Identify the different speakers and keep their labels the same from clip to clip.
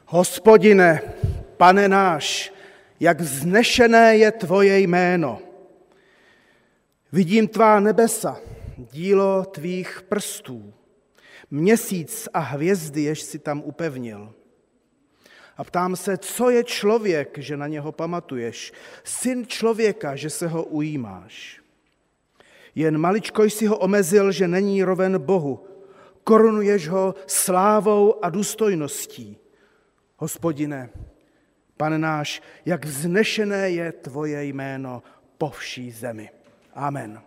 Speaker 1: Hospodine, Pane náš, jak vznešené je tvoje jméno. Vidím tvá nebesa, dílo tvých prstů, měsíc a hvězdy, jež si tam upevnil. A ptám se, co je člověk, že na něho pamatuješ, syn člověka, že se ho ujímáš. Jen maličko jsi ho omezil, že není roven Bohu, korunuješ ho slávou a důstojností. Hospodine, Pane náš, jak vznešené je tvoje jméno po vší zemi. Amen.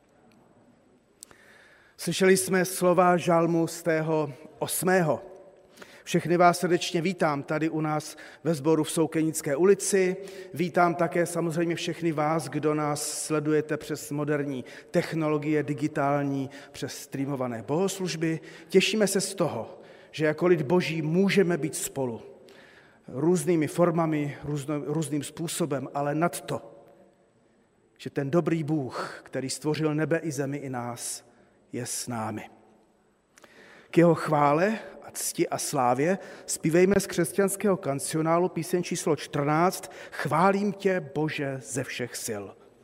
Speaker 1: Slyšeli jsme slova žalmu z tého 8. Všechny vás srdečně vítám tady u nás ve sboru v Soukenické ulici. Vítám také samozřejmě všechny vás, kdo nás sledujete přes moderní technologie digitální, přes streamované bohoslužby. Těšíme se z toho, že jako lid Boží můžeme být spolu různými formami, různým způsobem, ale nad to, že ten dobrý Bůh, který stvořil nebe i zemi i nás, je s námi. K jeho chvále a cti a slávě zpívejme z křesťanského kancionálu píseň číslo 14 Chválím tě, Bože, ze všech sil.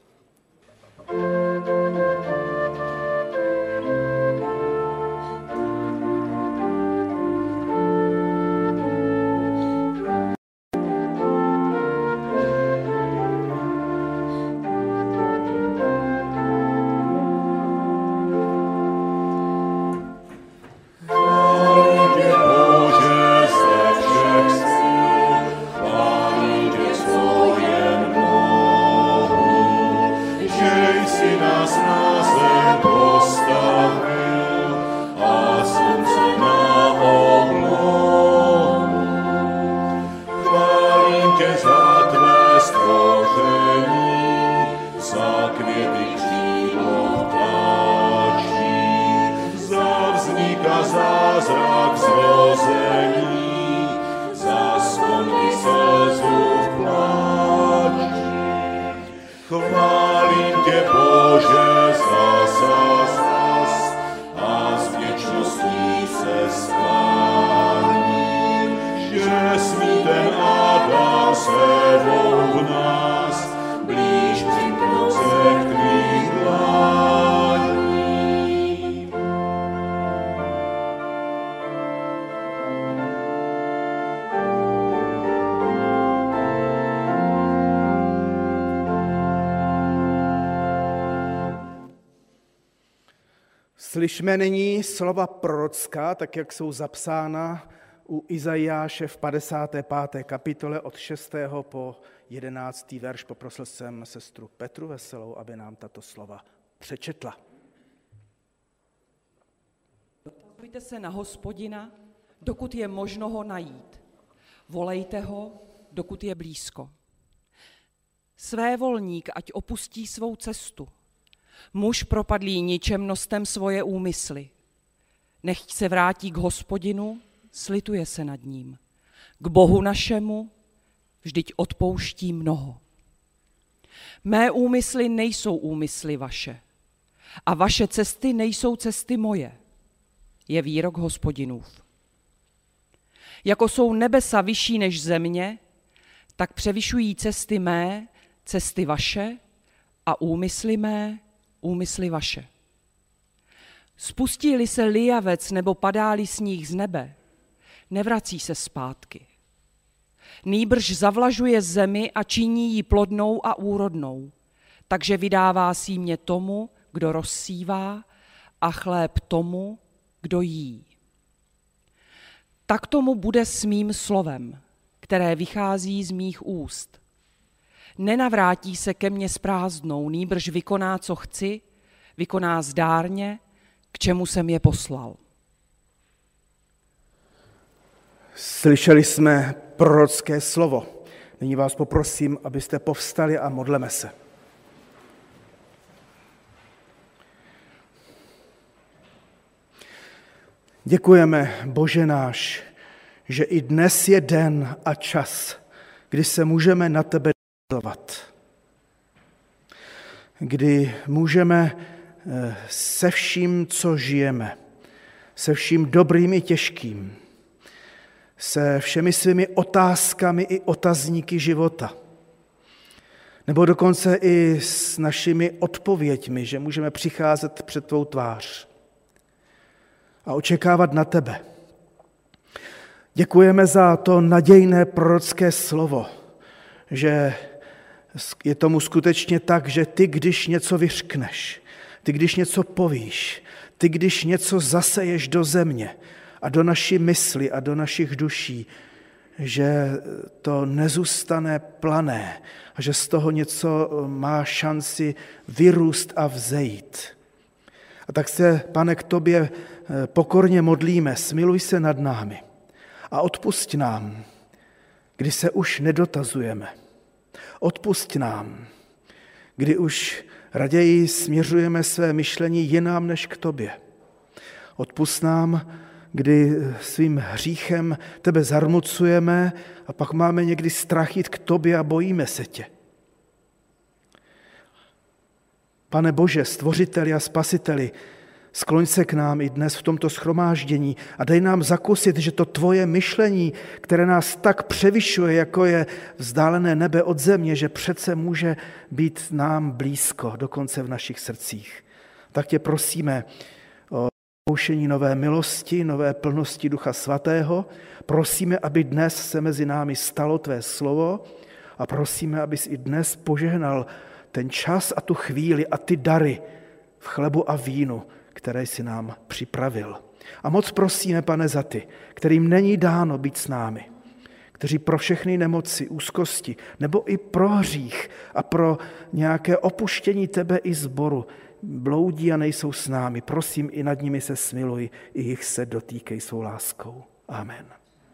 Speaker 1: Slyšme nyní slova prorocká, tak jak jsou zapsána u Izajáše v 55. kapitole od 6. po 11. verš. Poprosil jsem sestru Petru Veselou, aby nám tato slova přečetla.
Speaker 2: Dotazujte se na Hospodina, dokud je možno ho najít. Volejte ho, dokud je blízko. Svévolník, ať opustí svou cestu. Muž propadlý ničemnostem svoje úmysly. Nechť se vrátí k Hospodinu, slituje se nad ním. K Bohu našemu, vždyť odpouští mnoho. Mé úmysly nejsou úmysly vaše a vaše cesty nejsou cesty moje, je výrok Hospodinův. Jako jsou nebesa vyšší než země, tak převyšují cesty mé, cesty vaše a úmysly mé, úmysly vaše. Spustí-li se lijavec nebo padá-li sníh z nebe, nevrací se zpátky. Nýbrž zavlažuje zemi a činí ji plodnou a úrodnou, takže vydává símě tomu, kdo rozsívá, a chléb tomu, kdo jí. Tak tomu bude s mým slovem, které vychází z mých úst. Nenavrátí se ke mně s prázdnou, nýbrž vykoná, co chci, vykoná zdárně, k čemu jsem je poslal.
Speaker 1: Slyšeli jsme prorocké slovo. Nyní vás poprosím, abyste povstali a modleme se. Děkujeme, Bože náš, že i dnes je den a čas, kdy se můžeme na tebe dozvat. Kdy můžeme se vším, co žijeme, se vším dobrým i těžkým, se všemi svými otázkami i otazníky života. Nebo dokonce i s našimi odpověďmi, že můžeme přicházet před tvou tvář a očekávat na tebe. Děkujeme za to nadějné prorocké slovo, že je tomu skutečně tak, že ty, když něco vyřkneš, ty, když něco povíš, ty, když něco zaseješ do země a do naší mysli a do našich duší, že to nezůstane plané a že z toho něco má šanci vyrůst a vzejít. A tak se, Pane, k tobě pokorně modlíme, smiluj se nad námi a odpusť nám, kdy se už nedotazujeme. Odpusť nám, kdy už raději směřujeme své myšlení jinam než k tobě. Odpusť nám, kdy svým hříchem tebe zarmucujeme a pak máme někdy strach jít k tobě a bojíme se tě. Pane Bože, stvořiteli a spasiteli, skloň se k nám i dnes v tomto shromáždění a dej nám zakusit, že to tvoje myšlení, které nás tak převyšuje, jako je vzdálené nebe od země, že přece může být nám blízko, dokonce v našich srdcích. Tak tě prosíme o pouštění nové milosti, nové plnosti Ducha Svatého. Prosíme, aby dnes se mezi námi stalo tvé slovo a prosíme, abys i dnes požehnal ten čas a tu chvíli a ty dary v chlebu a vínu, které jsi nám připravil. A moc prosíme, Pane, za ty, kterým není dáno být s námi, kteří pro všechny nemoci, úzkosti nebo i pro hřích a pro nějaké opuštění tebe i sboru bloudí a nejsou s námi. Prosím, i nad nimi se smiluj, i jich se dotýkej svou láskou. Amen.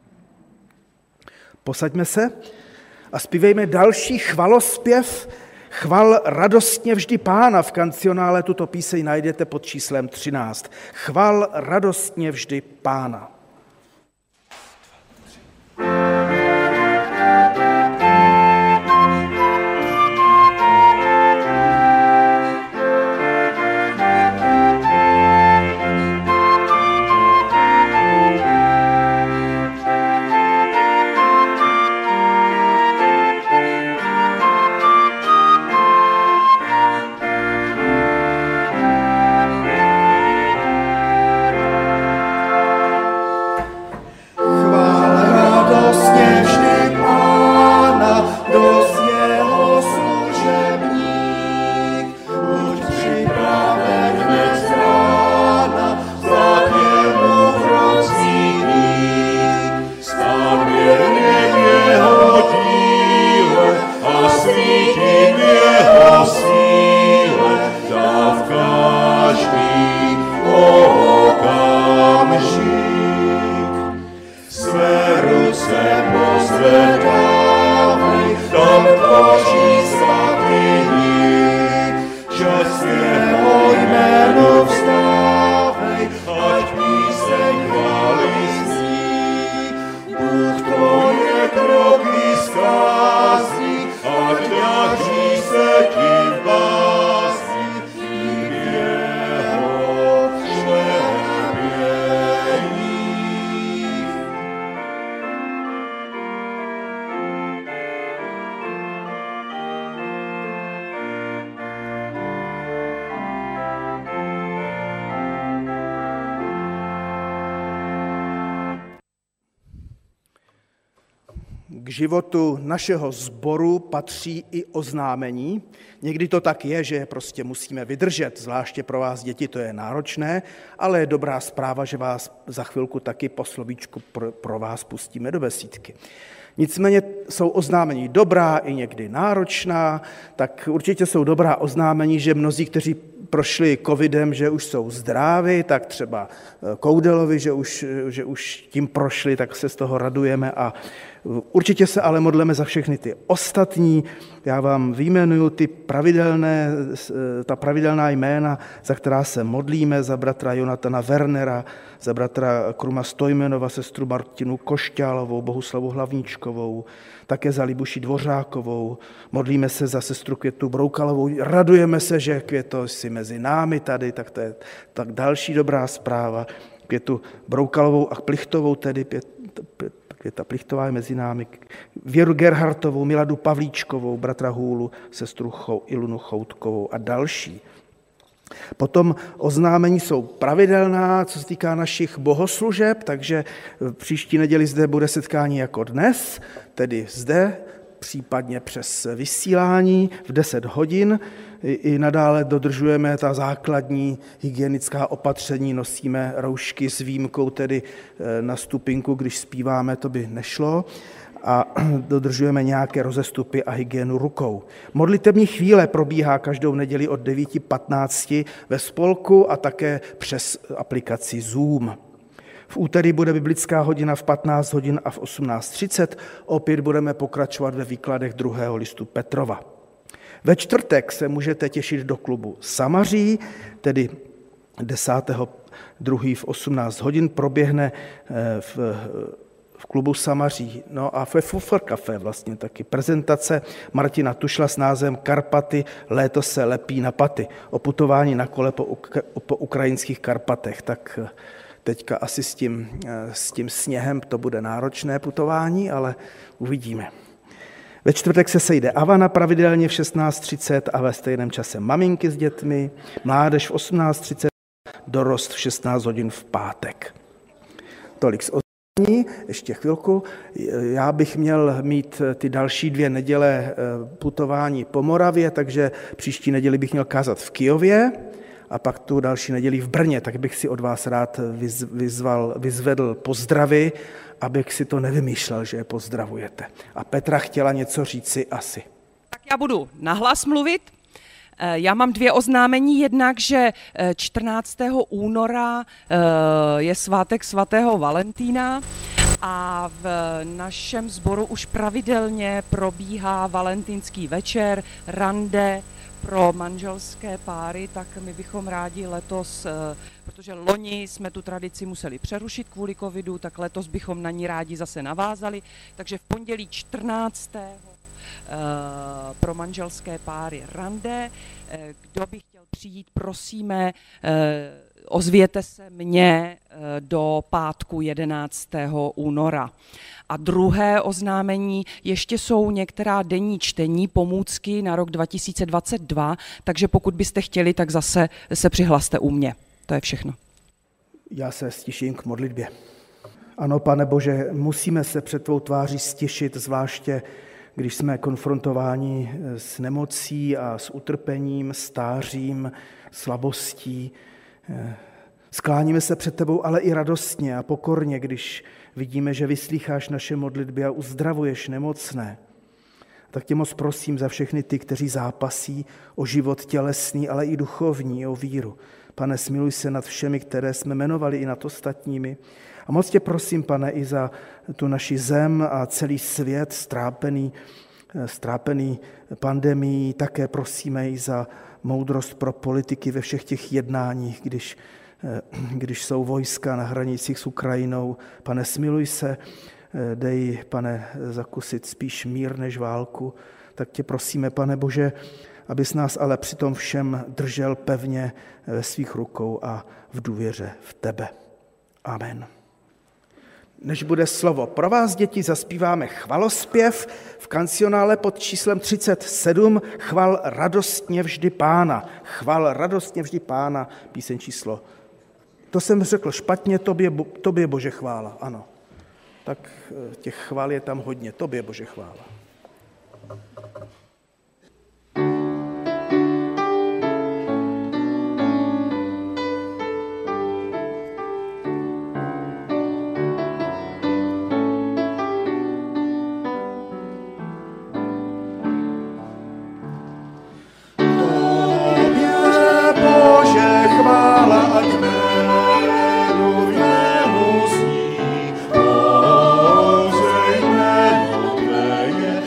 Speaker 1: Posaďme se a zpívejme další chvalospěv. Chval radostně vždy Pána. V kancionále tuto píseň najdete pod číslem 13. Chval radostně vždy Pána. K životu našeho sboru patří i oznámení. Někdy to tak je, že prostě musíme vydržet, zvláště pro vás děti to je náročné, ale je dobrá zpráva, že vás za chvilku taky po slovíčku pro vás pustíme do besídky. Nicméně jsou oznámení dobrá i někdy náročná, tak určitě jsou dobrá oznámení, že mnozí, kteří prošli covidem, že už jsou zdraví, tak třeba Koudelovi, že už tím prošli, tak se z toho radujeme a určitě se ale modleme za všechny ty ostatní. Já vám vyjmenuju ta pravidelná jména, za která se modlíme, za bratra Jonatana Wernera, za bratra Kruma Stojmenova, sestru Martinu Košťálovou, Bohuslavu Hlavníčkovou, také za Libuši Dvořákovou. Modlíme se za sestru Květu Broukalovou. Radujeme se, že Květo jsi mezi námi tady, tak to je tak další dobrá zpráva. Květu Broukalovou a Plichtovou tedy Květa Plichtová je mezi námi, Věru Gerhartovou, Miladu Pavlíčkovou, bratra Hůlu, sestru Ilunu Choutkovou a další. Potom oznámení jsou pravidelná, co se týká našich bohoslužeb, takže příští neděli zde bude setkání jako dnes, tedy zde, případně přes vysílání v 10 hodin. I nadále dodržujeme ta základní hygienická opatření, nosíme roušky s výjimkou tedy na stupinku, když zpíváme, to by nešlo. A dodržujeme nějaké rozestupy a hygienu rukou. Modlitební chvíle probíhá každou neděli od 9:15 ve spolku a také přes aplikaci Zoom. V úterý bude biblická hodina v 15 hodin a v 18:30. Opět budeme pokračovat ve výkladech 2. listu Petrova. Ve čtvrtek se můžete těšit do klubu Samaří, tedy 10.2. v 18 hodin proběhne v klubu Samaří. No a ve Fufr Café vlastně taky prezentace Martina Tušla s názvem Karpaty, léto se lepí na paty. O putování na kole po ukrajinských Karpatech. Tak teďka asi s tím sněhem to bude náročné putování, ale uvidíme. Ve čtvrtek se sejde Avana pravidelně v 16:30 a ve stejném čase maminky s dětmi, mládež v 18:30, dorost v 16 hodin v pátek. Tolik z oznámení, ještě chvilku. Já bych měl mít ty další 2 neděle putování po Moravě, takže příští neděli bych měl kázat v Kyjově a pak tu další neděli v Brně, tak bych si od vás rád vyzvedl pozdravy, abych si to nevymýšlel, že je pozdravujete. A Petra chtěla něco říci asi.
Speaker 2: Tak já budu nahlas mluvit. Já mám 2 oznámení, jednak, že 14. února je svátek svatého Valentína a v našem sboru už pravidelně probíhá valentínský večer, rande pro manželské páry, tak my bychom rádi letos, protože loni jsme tu tradici museli přerušit kvůli covidu, tak letos bychom na ní rádi zase navázali, takže v pondělí 14. pro manželské páry rande. Kdo by chtěl přijít, prosíme, ozvěte se mně do pátku 11. února. A druhé oznámení, ještě jsou některá denní čtení, pomůcky na rok 2022, takže pokud byste chtěli, tak zase se přihlaste u mě. To je všechno.
Speaker 1: Já se stiším k modlitbě. Ano, Pane Bože, musíme se před tvou tváří stišit, zvláště když jsme konfrontováni s nemocí a s utrpením, stářím, slabostí. Skláníme se před tebou, ale i radostně a pokorně, když vidíme, že vyslýcháš naše modlitby a uzdravuješ nemocné. Tak tě moc prosím za všechny ty, kteří zápasí o život tělesný, ale i duchovní, o víru. Pane, smiluj se nad všemi, které jsme jmenovali, i nad ostatními. A moc tě prosím, Pane, i za tu naši zem a celý svět strápený pandemií. Také prosíme i za moudrost pro politiky ve všech těch jednáních, když jsou vojska na hranicích s Ukrajinou. Pane, smiluj se, dej, Pane, zakusit spíš mír než válku. Tak tě prosíme, Pane Bože, abys nás ale při tom všem držel pevně ve svých rukou a v důvěře v tebe. Amen. Než bude slovo pro vás, děti, zaspíváme chvalospěv v kancionále pod číslem 37 Chval radostně vždy Pána. Chval radostně vždy Pána, píseň číslo. To jsem řekl špatně, tobě Bože chvála, ano. Tak těch chvál je tam hodně, tobě Bože chvála.
Speaker 3: Jméno Tvé je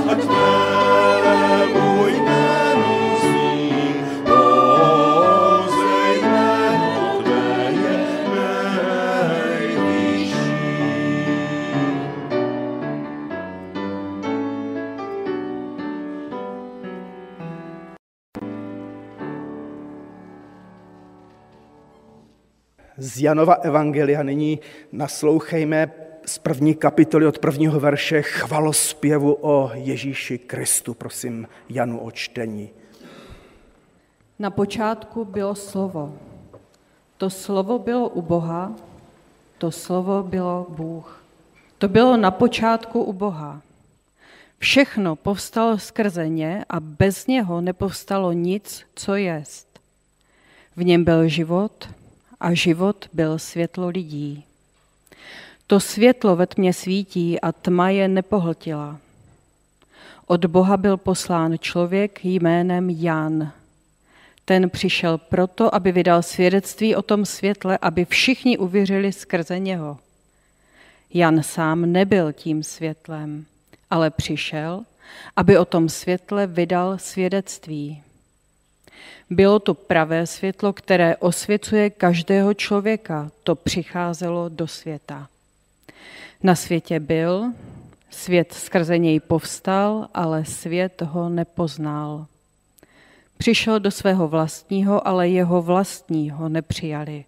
Speaker 1: Z Janova evangelia nyní naslouchejme z první kapitoly od prvního verše chvalospěvu o Ježíši Kristu. Prosím Janu o čtení.
Speaker 3: Na počátku bylo slovo. To slovo bylo u Boha, to slovo bylo Bůh. To bylo na počátku u Boha. Všechno povstalo skrze ně a bez něho nepovstalo nic, co jest. V něm byl život a život byl světlo lidí. To světlo ve tmě svítí a tma je nepohltila. Od Boha byl poslán člověk jménem Jan. Ten přišel proto, aby vydal svědectví o tom světle, aby všichni uvěřili skrze něho. Jan sám nebyl tím světlem, ale přišel, aby o tom světle vydal svědectví. Bylo to pravé světlo, které osvěcuje každého člověka, to přicházelo do světa. Na světě byl, svět skrze něj povstal, ale svět ho nepoznal. Přišel do svého vlastního, ale jeho vlastní ho nepřijali.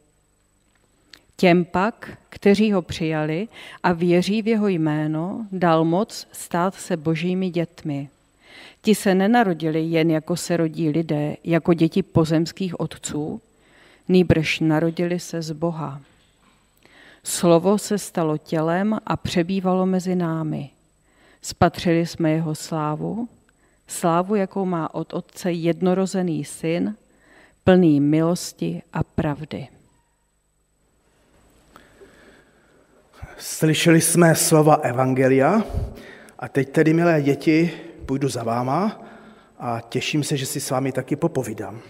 Speaker 3: Těm pak, kteří ho přijali a věří v jeho jméno, dal moc stát se božími dětmi. Ti se nenarodili jen jako se rodí lidé, jako děti pozemských otců, nýbrž narodili se z Boha. Slovo se stalo tělem a přebývalo mezi námi. Spatřili jsme jeho slávu, slávu, jakou má od Otce jednorozený syn, plný milosti a pravdy.
Speaker 1: Slyšeli jsme slova evangelia a teď tedy, milé děti, půjdu za váma a těším se, že si s vámi taky popovídám.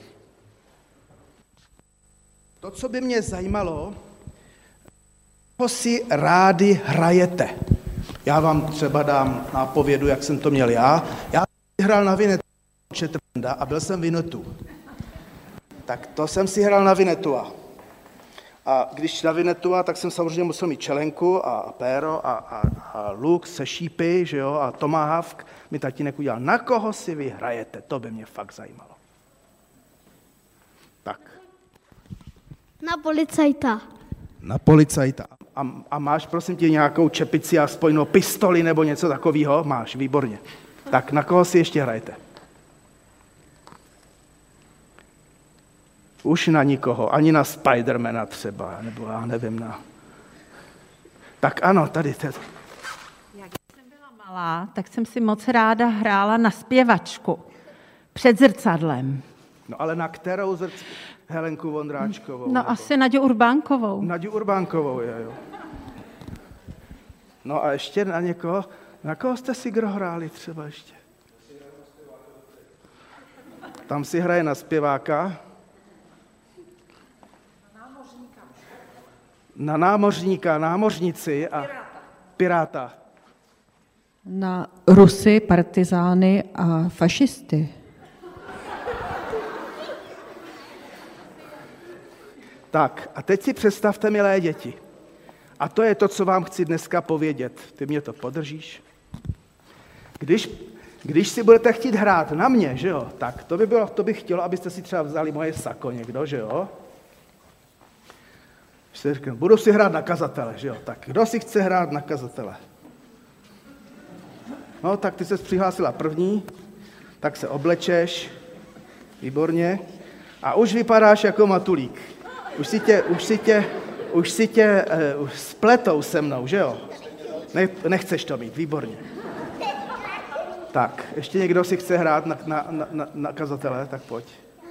Speaker 1: To, co by mě zajímalo, co si rádi hrajete. Já vám třeba dám nápovědu, jak jsem to měl já. Já jsem hrál na vinetu a byl jsem vinetu. Tak to jsem si hrál na vinetua. A když na vinetua, tak jsem samozřejmě musel mít čelenku a péro a luk se šípy, že jo, a tomahawk mi tatínek udělal. Na koho si vy hrajete? To by mě fakt zajímalo. Tak.
Speaker 4: Na policajta.
Speaker 1: Na policajta. A máš, prosím tě, nějakou čepici a spojenou pistoli nebo něco takového? Máš, výborně. Tak na koho si ještě hrajete? Už na nikoho, ani na Spidermana třeba, nebo já nevím, na... Tak ano, tady.
Speaker 5: Jak jsem byla malá, tak jsem si moc ráda hrála na zpěvačku před zrcadlem.
Speaker 1: No ale na kterou Helenku Vondráčkovou?
Speaker 5: No
Speaker 1: nebo?
Speaker 5: asi Naďu Urbánkovou.
Speaker 1: Naďu Urbánkovou, jo. No a ještě na někoho, na koho jste si kdo hráli třeba ještě? Tam si hraje na zpěváka. Na námořníka, námořnici a piráta.
Speaker 3: Na Rusy, partizány a fašisty.
Speaker 1: Tak a teď si představte, milé děti. A to je to, co vám chci dneska povědět. Ty mě to podržíš? Když si budete chtít hrát na mě, že jo, tak to bych chtělo, abyste si třeba vzali moje sako někdo, že jo? Budu si hrát na kazatele, že jo? Tak kdo si chce hrát na kazatele? No, tak ty ses přihlásila první, tak se oblečeš, výborně, a už vypadáš jako matulík. Už si tě spletou se mnou, že jo? Nechceš to mít, výborně. Tak, ještě někdo si chce hrát na kazatele, tak pojď.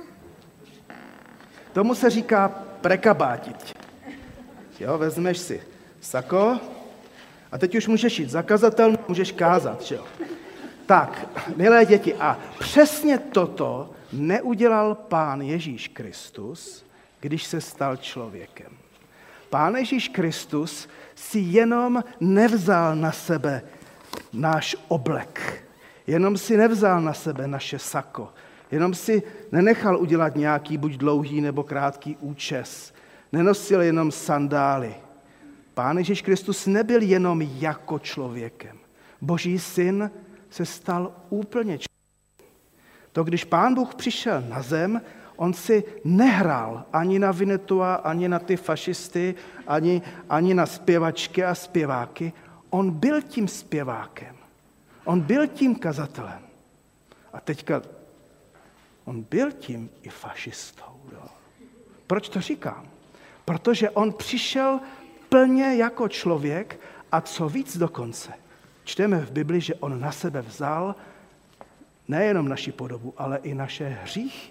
Speaker 1: Tomu se říká prekabátit. Jo, vezmeš si sako a teď už můžeš jít za kazatel, můžeš kázat, že jo. Tak, milé děti, a přesně toto neudělal Pán Ježíš Kristus, když se stal člověkem. Pán Ježíš Kristus si jenom nevzal na sebe náš oblek, jenom si nevzal na sebe naše sako, jenom si nenechal udělat nějaký buď dlouhý nebo krátký účes, nenosil jenom sandály. Pán Ježíš Kristus nebyl jenom jako člověkem. Boží syn se stal úplně člověkem. To, když Pán Bůh přišel na zem, on si nehrál ani na Vinetua, ani na ty fašisty, ani na zpěvačky a zpěváky. On byl tím zpěvákem. On byl tím kazatelem. A teďka on byl tím i fašistou. Jo. Proč to říkám? Protože on přišel plně jako člověk a co víc dokonce. Čteme v Bibli, že on na sebe vzal nejenom naši podobu, ale i naše hříchy.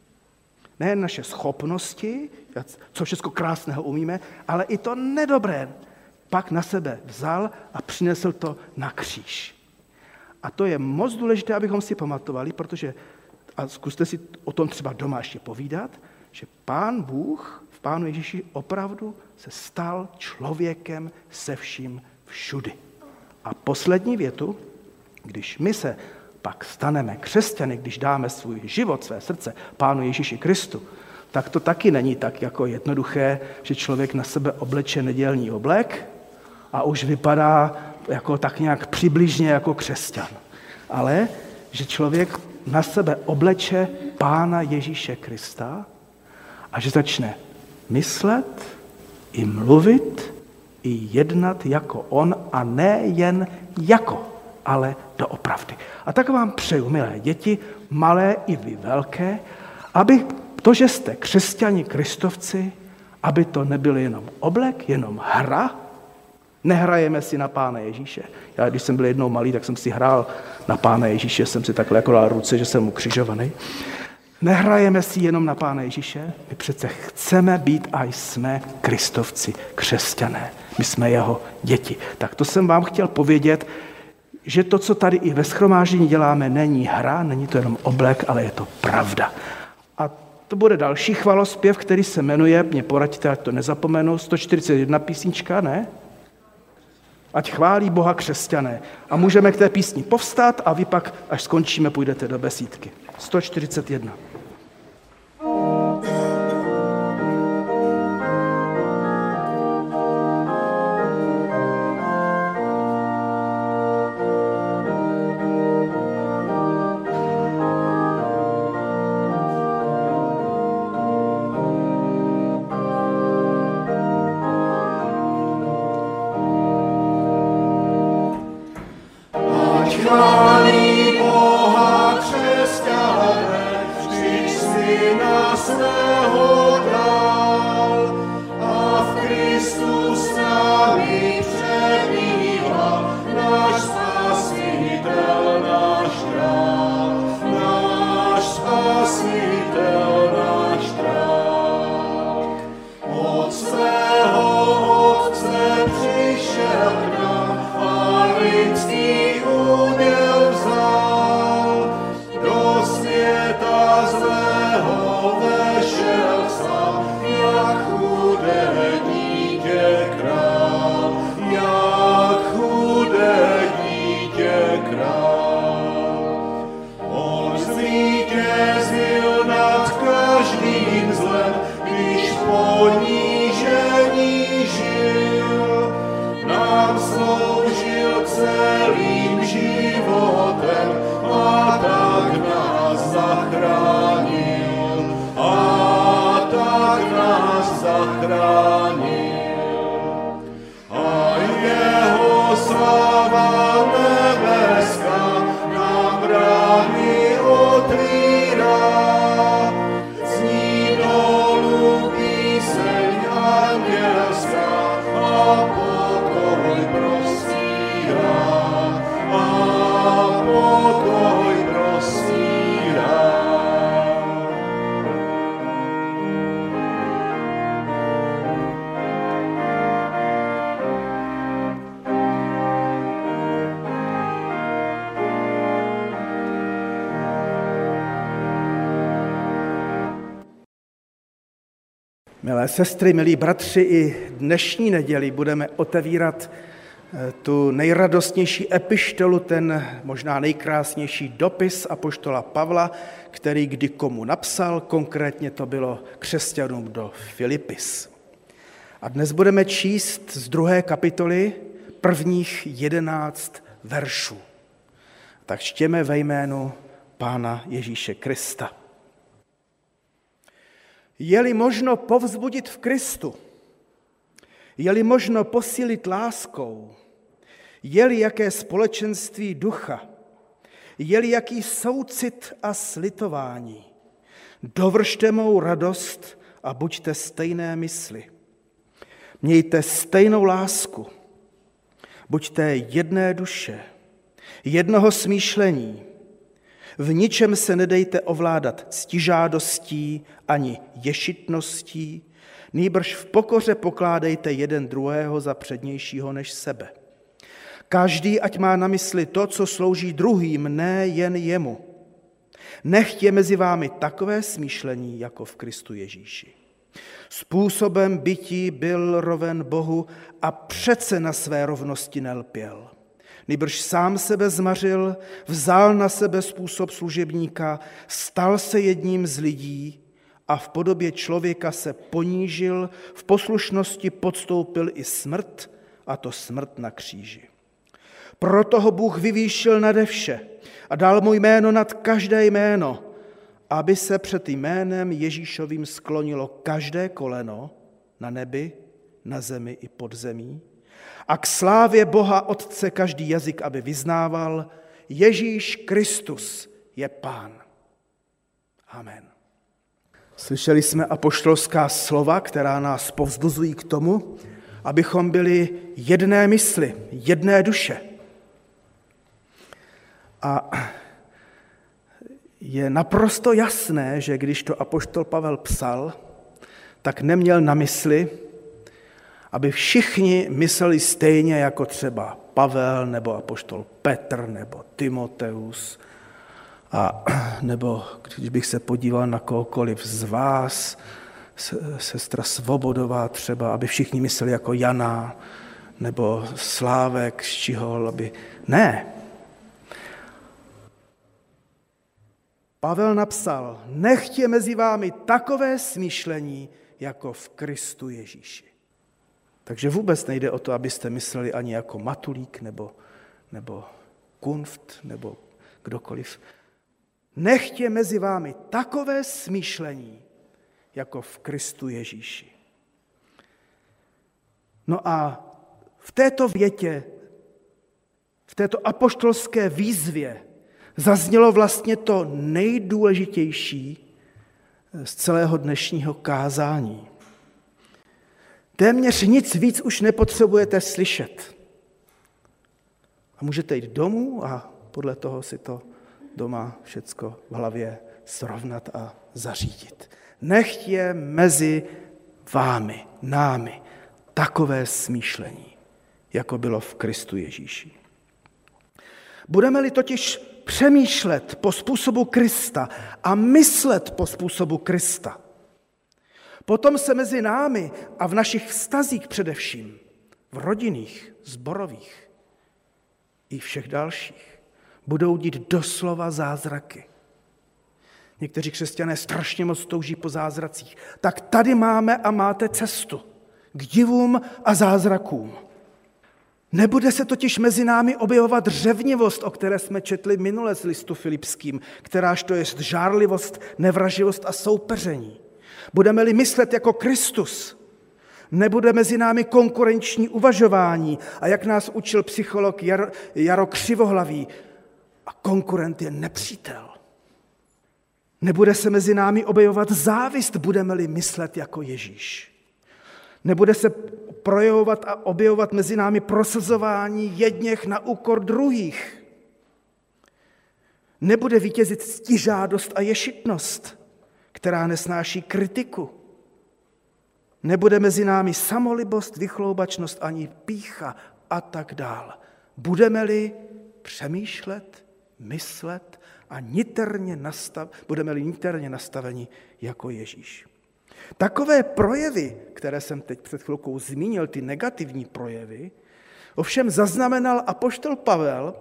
Speaker 1: Nejen naše schopnosti, co všechno krásného umíme, ale i to nedobré. Pak na sebe vzal a přinesl to na kříž. A to je moc důležité, abychom si pamatovali, protože, a zkuste si o tom třeba doma ještě povídat, že Pán Bůh v Pánu Ježíši opravdu se stal člověkem se vším všudy. A poslední větu, když my se pak staneme křesťany, když dáme svůj život, své srdce Pánu Ježíši Kristu, tak to taky není tak jako jednoduché, že člověk na sebe obleče nedělní oblek a už vypadá jako tak nějak přibližně jako křesťan. Ale že člověk na sebe obleče Pána Ježíše Krista a že začne myslet i mluvit i jednat jako on a ne jen jako, ale doopravdy. A tak vám přeju, milé děti, malé i vy velké, aby to, že jste křesťani, kristovci, aby to nebyl jenom oblek, jenom hra. Nehrajeme si na Pána Ježíše. Já, když jsem byl jednou malý, tak jsem si hrál na Pána Ježíše, jsem si takhle jako dal ruce, že jsem mu křižovaný. Nehrajeme si jenom na Pána Ježíše, my přece chceme být a jsme kristovci, křesťané. My jsme jeho děti. Tak to jsem vám chtěl povědět, že to, co tady i ve shromáždění děláme, není hra, není to jenom oblek, ale je to pravda. A to bude další chvalospěv, který se jmenuje, mě poraďte, ať to nezapomenu, 141 písnička, ne? Ať chválí Boha křesťané. A můžeme k té písni povstat a vy pak, až skončíme, půjdete do besídky. 141. Milé sestry, milí bratři, i dnešní neděli budeme otevírat tu nejradostnější epištolu, ten možná nejkrásnější dopis apoštola Pavla, který kdy komu napsal, konkrétně to bylo křesťanům do Filipis. A dnes budeme číst z 2. kapitoly prvních 11 veršů. Tak čtěme ve jménu Pána Ježíše Krista. Je-li možno povzbudit v Kristu, je-li možno posílit láskou, je-li jaké společenství ducha, je-li jaký soucit a slitování, dovršte mou radost a buďte stejné mysli. Mějte stejnou lásku, buďte jedné duše, jednoho smýšlení, v ničem se nedejte ovládat ctižádostí ani ješitností, nýbrž v pokoře pokládejte jeden druhého za přednějšího než sebe. Každý ať má na mysli to, co slouží druhým, ne jen jemu. Nechť je mezi vámi takové smýšlení, jako v Kristu Ježíši. Způsobem bytí byl roven Bohu a přece na své rovnosti nelpěl. Nýbrž sám sebe zmařil, vzal na sebe způsob služebníka, stal se jedním z lidí a v podobě člověka se ponížil, v poslušnosti podstoupil i smrt, a to smrt na kříži. Proto ho Bůh vyvýšil nade vše a dal mu jméno nad každé jméno, aby se před jménem Ježíšovým sklonilo každé koleno na nebi, na zemi i pod zemí, a k slávě Boha Otce každý jazyk, aby vyznával, Ježíš Kristus je Pán. Amen. Slyšeli jsme apoštolská slova, která nás povzbuzují k tomu, abychom byli jedné mysli, jedné duše. A je naprosto jasné, že když to apoštol Pavel psal, tak neměl na mysli, aby všichni mysleli stejně jako třeba Pavel nebo apoštol Petr nebo Timoteus, a nebo když bych se podíval na kohokoliv z vás, sestra Svobodová třeba, aby všichni mysleli jako Jana nebo Slávek z Čihol, aby... Ne. Pavel napsal, nechť je mezi vámi takové smýšlení, jako v Kristu Ježíši. Takže vůbec nejde o to, abyste mysleli ani jako Matulík nebo Kunft nebo kdokoliv. Nechť je mezi vámi takové smýšlení, jako v Kristu Ježíši. No a v této větě, v této apoštolské výzvě zaznělo vlastně to nejdůležitější z celého dnešního kázání. Téměř nic víc už nepotřebujete slyšet. A můžete jít domů a podle toho si to doma všecko v hlavě srovnat a zařídit. Nechť je mezi vámi, námi, takové smýšlení, jako bylo v Kristu Ježíši. Budeme-li totiž přemýšlet po způsobu Krista a myslet po způsobu Krista, potom se mezi námi a v našich vztazích především, v rodinných, sborových i všech dalších, budou dít doslova zázraky. Někteří křesťané strašně moc touží po zázracích. Tak tady máme a máte cestu k divům a zázrakům. Nebude se totiž mezi námi objevovat řevnivost, o které jsme četli minule z listu Filipským, kteráž to je žárlivost, nevraživost a soupeření. Budeme-li myslet jako Kristus, nebude mezi námi konkurenční uvažování a jak nás učil psycholog Jaro Křivohlavý, a konkurent je nepřítel. Nebude se mezi námi objevovat závist, budeme-li myslet jako Ježíš. Nebude se projevovat a objevovat mezi námi prosazování jedněch na úkor druhých. Nebude vítězit ctižádost a ješitnost, která nesnáší kritiku. Nebude mezi námi samolibost, vychloubačnost ani pýcha a tak dál. Budeme-li přemýšlet, myslet a budeme-li niterně nastaveni jako Ježíš. Takové projevy, které jsem teď před chvilkou zmínil, ty negativní projevy, Ovšem zaznamenal apoštol Pavel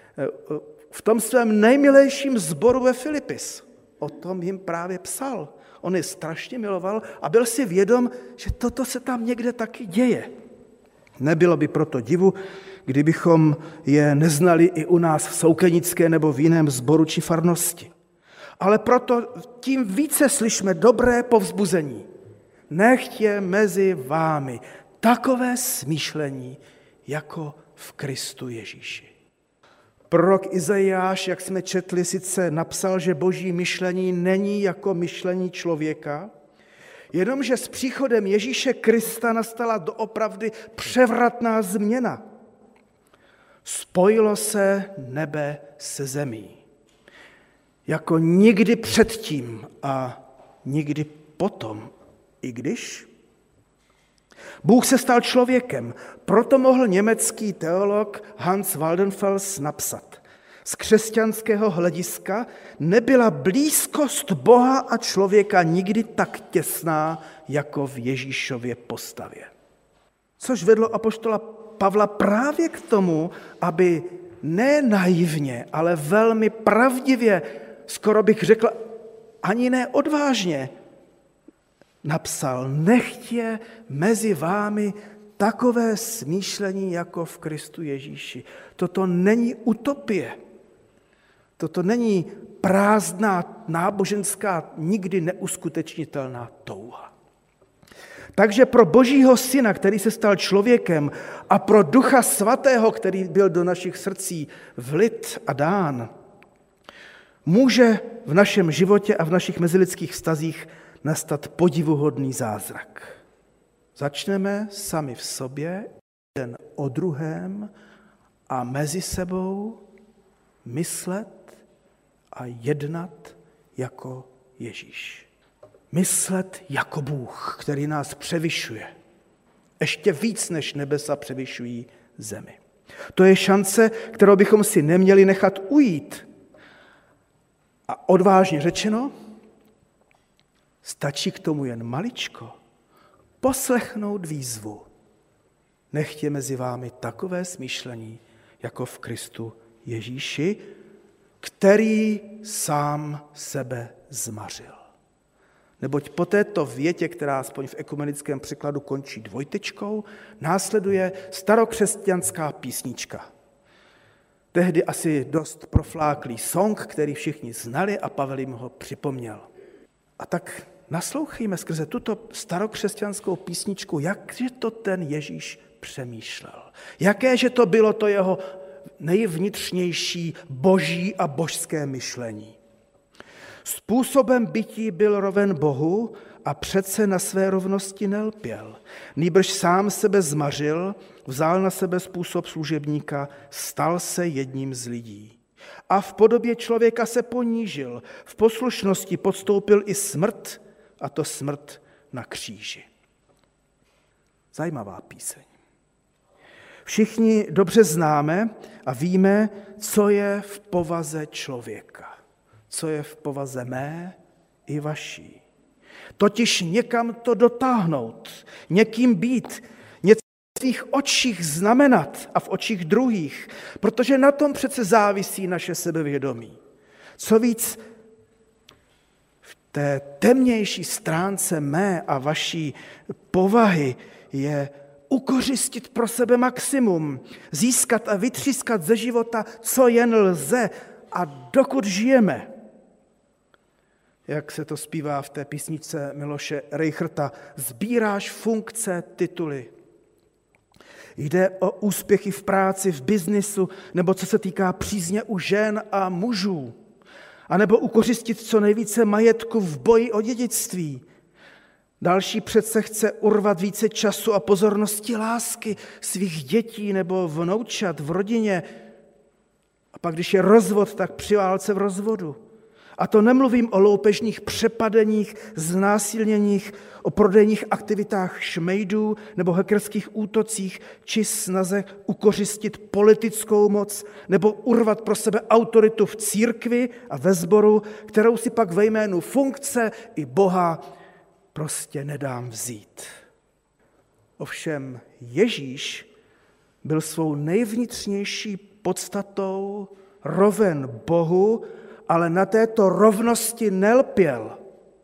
Speaker 1: v tom svém nejmilejším sboru ve Filipis. O tom jim právě psal. On je strašně miloval a byl si vědom, že toto se tam někde taky děje. Nebylo by proto divu, kdybychom je neznali i u nás v Soukenické nebo v jiném sboru či farnosti. Ale proto tím více slyšme dobré povzbuzení. Nechť je mezi vámi takové smýšlení, jako v Kristu Ježíši. Prorok Izajáš, jak jsme četli, sice napsal, že boží myšlení není jako myšlení člověka, jenomže s příchodem Ježíše Krista nastala doopravdy převratná změna. Spojilo se nebe se zemí. Jako nikdy předtím a nikdy potom, i když Bůh se stal člověkem, proto mohl německý teolog Hans Waldenfels napsat: z křesťanského hlediska nebyla blízkost Boha a člověka nikdy tak těsná, jako v Ježíšově postavě. Což vedlo apoštola Pavla právě k tomu, aby ne naivně, ale velmi pravdivě, skoro bych řekl ani ne odvážně, napsal: nechť je mezi vámi takové smýšlení, jako v Kristu Ježíši. Toto není utopie. Toto není prázdná náboženská, nikdy neuskutečnitelná touha. Takže pro Božího Syna, který se stal člověkem, a pro Ducha Svatého, který byl do našich srdcí vlit a dán, může v našem životě a v našich mezilidských vztazích nastat podivuhodný zázrak. Začneme sami v sobě, jeden o druhém a mezi sebou myslet a jednat jako Ježíš. Myslet jako Bůh, který nás převyšuje. Ještě víc než nebesa převyšují zemi. To je šance, kterou bychom si neměli nechat ujít. A odvážně řečeno, stačí k tomu jen maličko poslechnout výzvu. Nechť je mezi vámi takové smýšlení, jako v Kristu Ježíši, který sám sebe zmařil. Neboť po této větě, která aspoň v ekumenickém překladu končí dvojtečkou, následuje starokřesťanská písnička. Tehdy asi dost profláklý song, který všichni znali a Pavel jim ho připomněl. A tak naslouchejme skrze tuto starokřesťanskou písničku, jakže to ten Ježíš přemýšlel. Jaké, že to bylo to jeho nejvnitřnější boží a božské myšlení. Způsobem bytí byl roven Bohu a přece na své rovnosti nelpěl. Nýbrž sám sebe zmařil, vzal na sebe způsob služebníka, stal se jedním z lidí. A v podobě člověka se ponížil, v poslušnosti podstoupil i smrt, a to smrt na kříži. Zajímavá píseň. Všichni dobře známe a víme, co je v povaze člověka, co je v povaze mé i vaší. Totiž někam to dotáhnout, někým být, něco v svých očích znamenat a v očích druhých, protože na tom přece závisí naše sebevědomí. Co víc, v té temnější stránce mé a vaší povahy je ukořistit pro sebe maximum, získat a vytřískat ze života, co jen lze a dokud žijeme. Jak se to zpívá v té písničce Miloše Reicherta, sbíráš funkce, tituly. Jde o úspěchy v práci, v biznisu, nebo co se týká přízně u žen a mužů, anebo ukořistit co nejvíce majetku v boji o dědictví. Další přece chce urvat více času a pozornosti lásky svých dětí nebo vnoučat v rodině. A pak, když je rozvod, tak při válce v rozvodu. A to nemluvím o loupežných přepadeních, znásilněních, o prodejních aktivitách šmejdů nebo hackerských útocích, či snaze ukořistit politickou moc nebo urvat pro sebe autoritu v církvi a ve sboru, kterou si pak ve jménu funkce i Boha prostě nedám vzít. Ovšem Ježíš byl svou nejvnitřnější podstatou roven Bohu, ale na této rovnosti nelpěl.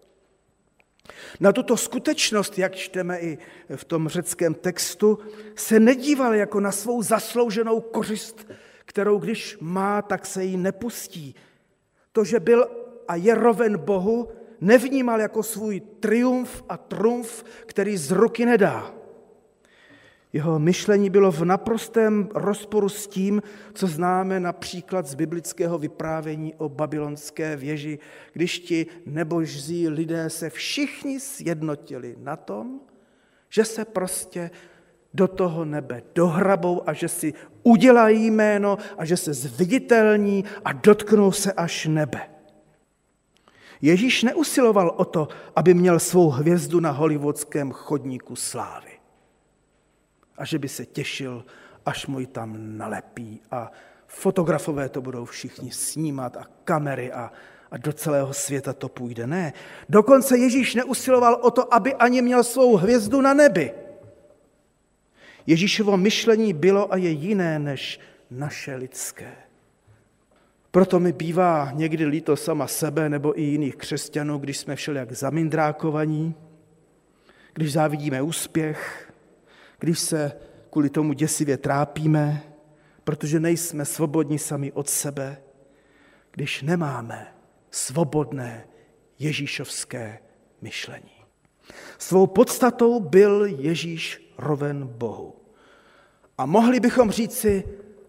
Speaker 1: Na tuto skutečnost, jak čteme i v tom řeckém textu, se nedíval jako na svou zaslouženou kořist, kterou když má, tak se jí nepustí. To, že byl a je roven Bohu, nevnímal jako svůj triumf a trumf, který z ruky nedá. Jeho myšlení bylo v naprostém rozporu s tím, co známe například z biblického vyprávění o babylonské věži, když ti neboží lidé se všichni sjednotili na tom, že se prostě do toho nebe dohrabou a že si udělají jméno a že se zviditelní a dotknou se až nebe. Ježíš neusiloval o to, aby měl svou hvězdu na hollywoodském chodníku slávy. A že by se těšil, až mu ji tam nalepí a fotografové to budou všichni snímat a kamery a do celého světa to půjde. Ne, dokonce Ježíš neusiloval o to, aby ani měl svou hvězdu na nebi. Ježíšovo myšlení bylo a je jiné než naše lidské. Proto mi bývá někdy líto sama sebe nebo i jiných křesťanů, když jsme všelijak zamindrákovaní, když závidíme úspěch, když se kvůli tomu děsivě trápíme, protože nejsme svobodní sami od sebe, když nemáme svobodné ježíšovské myšlení. Svou podstatou byl Ježíš roven Bohu. A mohli bychom říci,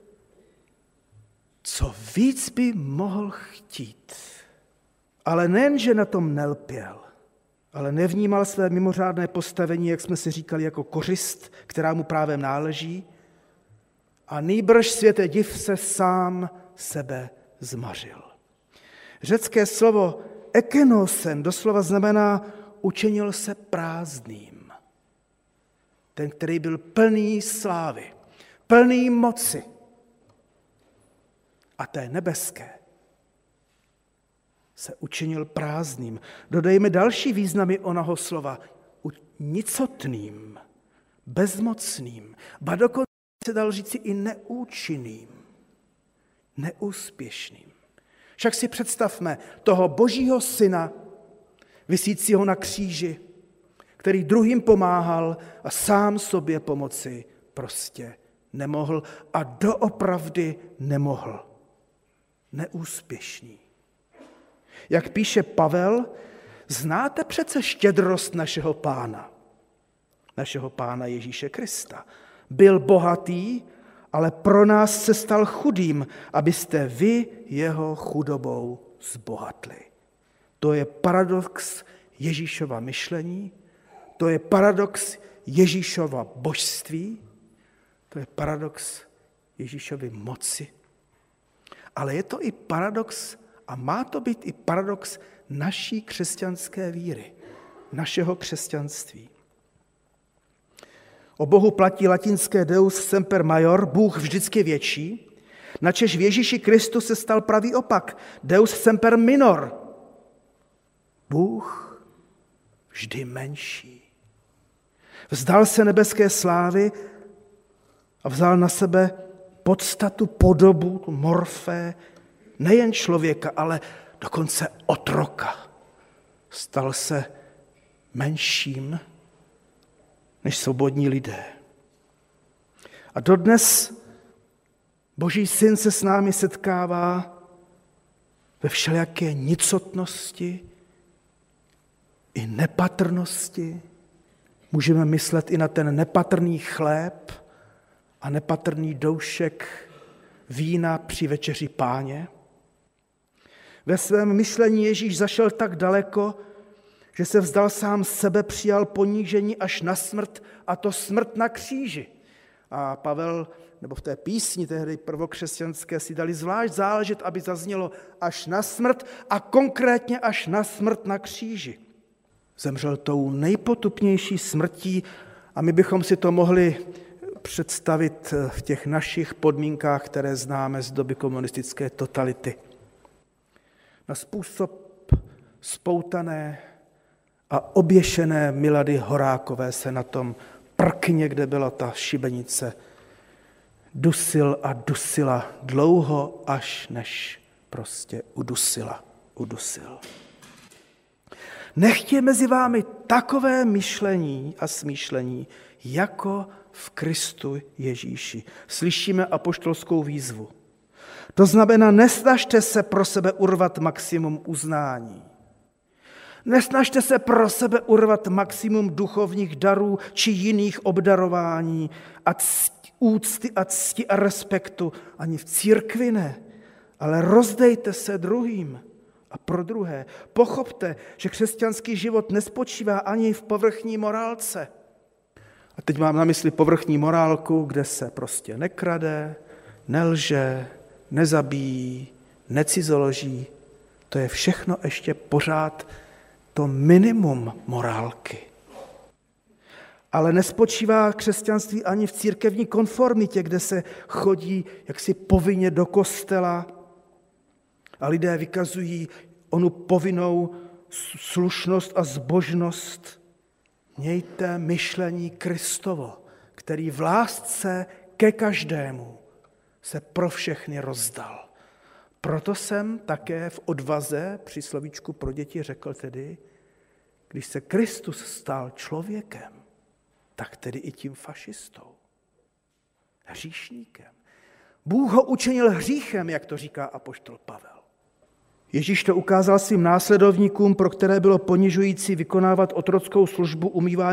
Speaker 1: co víc by mohl chtít. Ale nejen, že na tom nelpěl, ale nevnímal své mimořádné postavení, jak jsme si říkali, jako kořist, která mu právem náleží, a nýbrž světe div se sám sebe zmařil. Řecké slovo ekenosen doslova znamená učinil se prázdným. Ten, který byl plný slávy, plný moci a té nebeské, se učinil prázdným. Dodejme další významy onoho slova. Nicotným, bezmocným, ba dokonce se dal říci i neúčinným, neúspěšným. Však si představme toho Božího syna, visícího na kříži, který druhým pomáhal a sám sobě pomoci prostě nemohl a doopravdy nemohl. Neúspěšný. Jak píše Pavel, znáte přece štědrost našeho Pána Ježíše Krista. Byl bohatý, ale pro nás se stal chudým, abyste vy jeho chudobou zbohatli. To je paradox Ježíšova myšlení, to je paradox Ježíšova božství, to je paradox Ježíšovy moci. Ale je to i paradox, a má to být i paradox naší křesťanské víry, našeho křesťanství. O Bohu platí latinské Deus semper maior, Bůh vždycky větší, načež v Ježíši Kristu se stal pravý opak, Deus semper minor, Bůh vždy menší. Vzdal se nebeské slávy a vzal na sebe podstatu, podobu, morfé, nejen člověka, ale dokonce otroka. Stal se menším než svobodní lidé. A dodnes Boží syn se s námi setkává ve všelijaké nicotnosti i nepatrnosti. Můžeme myslet i na ten nepatrný chléb a nepatrný doušek vína při večeři Páně. Ve svém myšlení Ježíš zašel tak daleko, že se vzdal sám sebe, přijal ponížení až na smrt, a to smrt na kříži. A Pavel, nebo v té písni tehdy prvokřesťanské, si dali zvlášť záležet, aby zaznělo až na smrt a konkrétně až na smrt na kříži. Zemřel tou nejpotupnější smrtí a my bychom si to mohli představit v těch našich podmínkách, které známe z doby komunistické totality. Na způsob spoutané a oběšené Milady Horákové se na tom prkně, kde byla ta šibenice, dusil a dusila dlouho, až než prostě udusil. Nechť je mezi vámi takové myšlení a smýšlení, jako v Kristu Ježíši. Slyšíme apoštolskou výzvu. To znamená, nesnažte se pro sebe urvat maximum uznání. Nesnažte se pro sebe urvat maximum duchovních darů či jiných obdarování a úcty a cti a respektu. Ani v církvi ne, ale rozdejte se druhým a pro druhé. Pochopte, že křesťanský život nespočívá ani v povrchní morálce. A teď mám na mysli povrchní morálku, kde se prostě nekrade, nelže, nezabíjí, necizoloží. To je všechno ještě pořád to minimum morálky. Ale nespočívá křesťanství ani v církevní konformitě, kde se chodí jaksi povinně do kostela a lidé vykazují onu povinnou slušnost a zbožnost. Mějte myšlení Kristovo, který v lásce ke každému se pro všechny rozdal. Proto jsem také v odvaze při slovíčku pro děti řekl tedy, když se Kristus stal člověkem, tak tedy i tím fašistou, hříšníkem. Bůh ho učinil hříchem, jak to říká apoštol Pavel. Ježíš to ukázal svým následovníkům, pro které bylo ponižující vykonávat otrockou službu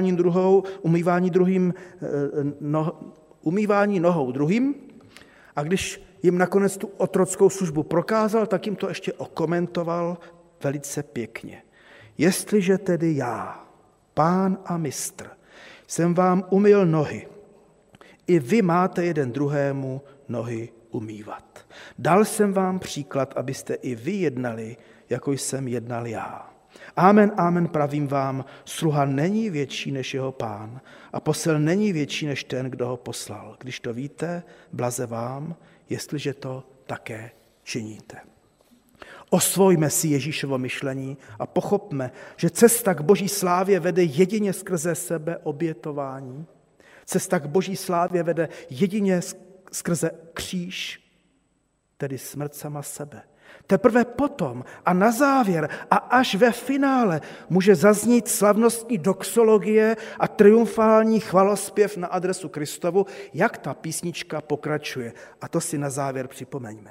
Speaker 1: umývání nohou druhým. A když jim nakonec tu otrockou službu prokázal, tak jim to ještě okomentoval velice pěkně. Jestliže tedy já, pán a mistr, jsem vám umyl nohy, i vy máte jeden druhému nohy umývat. Dal jsem vám příklad, abyste i vy jednali, jako jsem jednal já. Amen, amen, pravím vám, sluha není větší než jeho pán a posel není větší než ten, kdo ho poslal. Když to víte, blaze vám, jestliže to také činíte. Osvojme si Ježíšovo myšlení a pochopme, že cesta k boží slávě vede jedině skrze sebeobětování. Cesta k boží slávě vede jedině skrze kříž, tedy smrt sama sebe. Teprve potom a na závěr a až ve finále může zaznít slavnostní doxologie a triumfální chvalospěv na adresu Kristovu, jak ta písnička pokračuje. A to si na závěr připomeňme.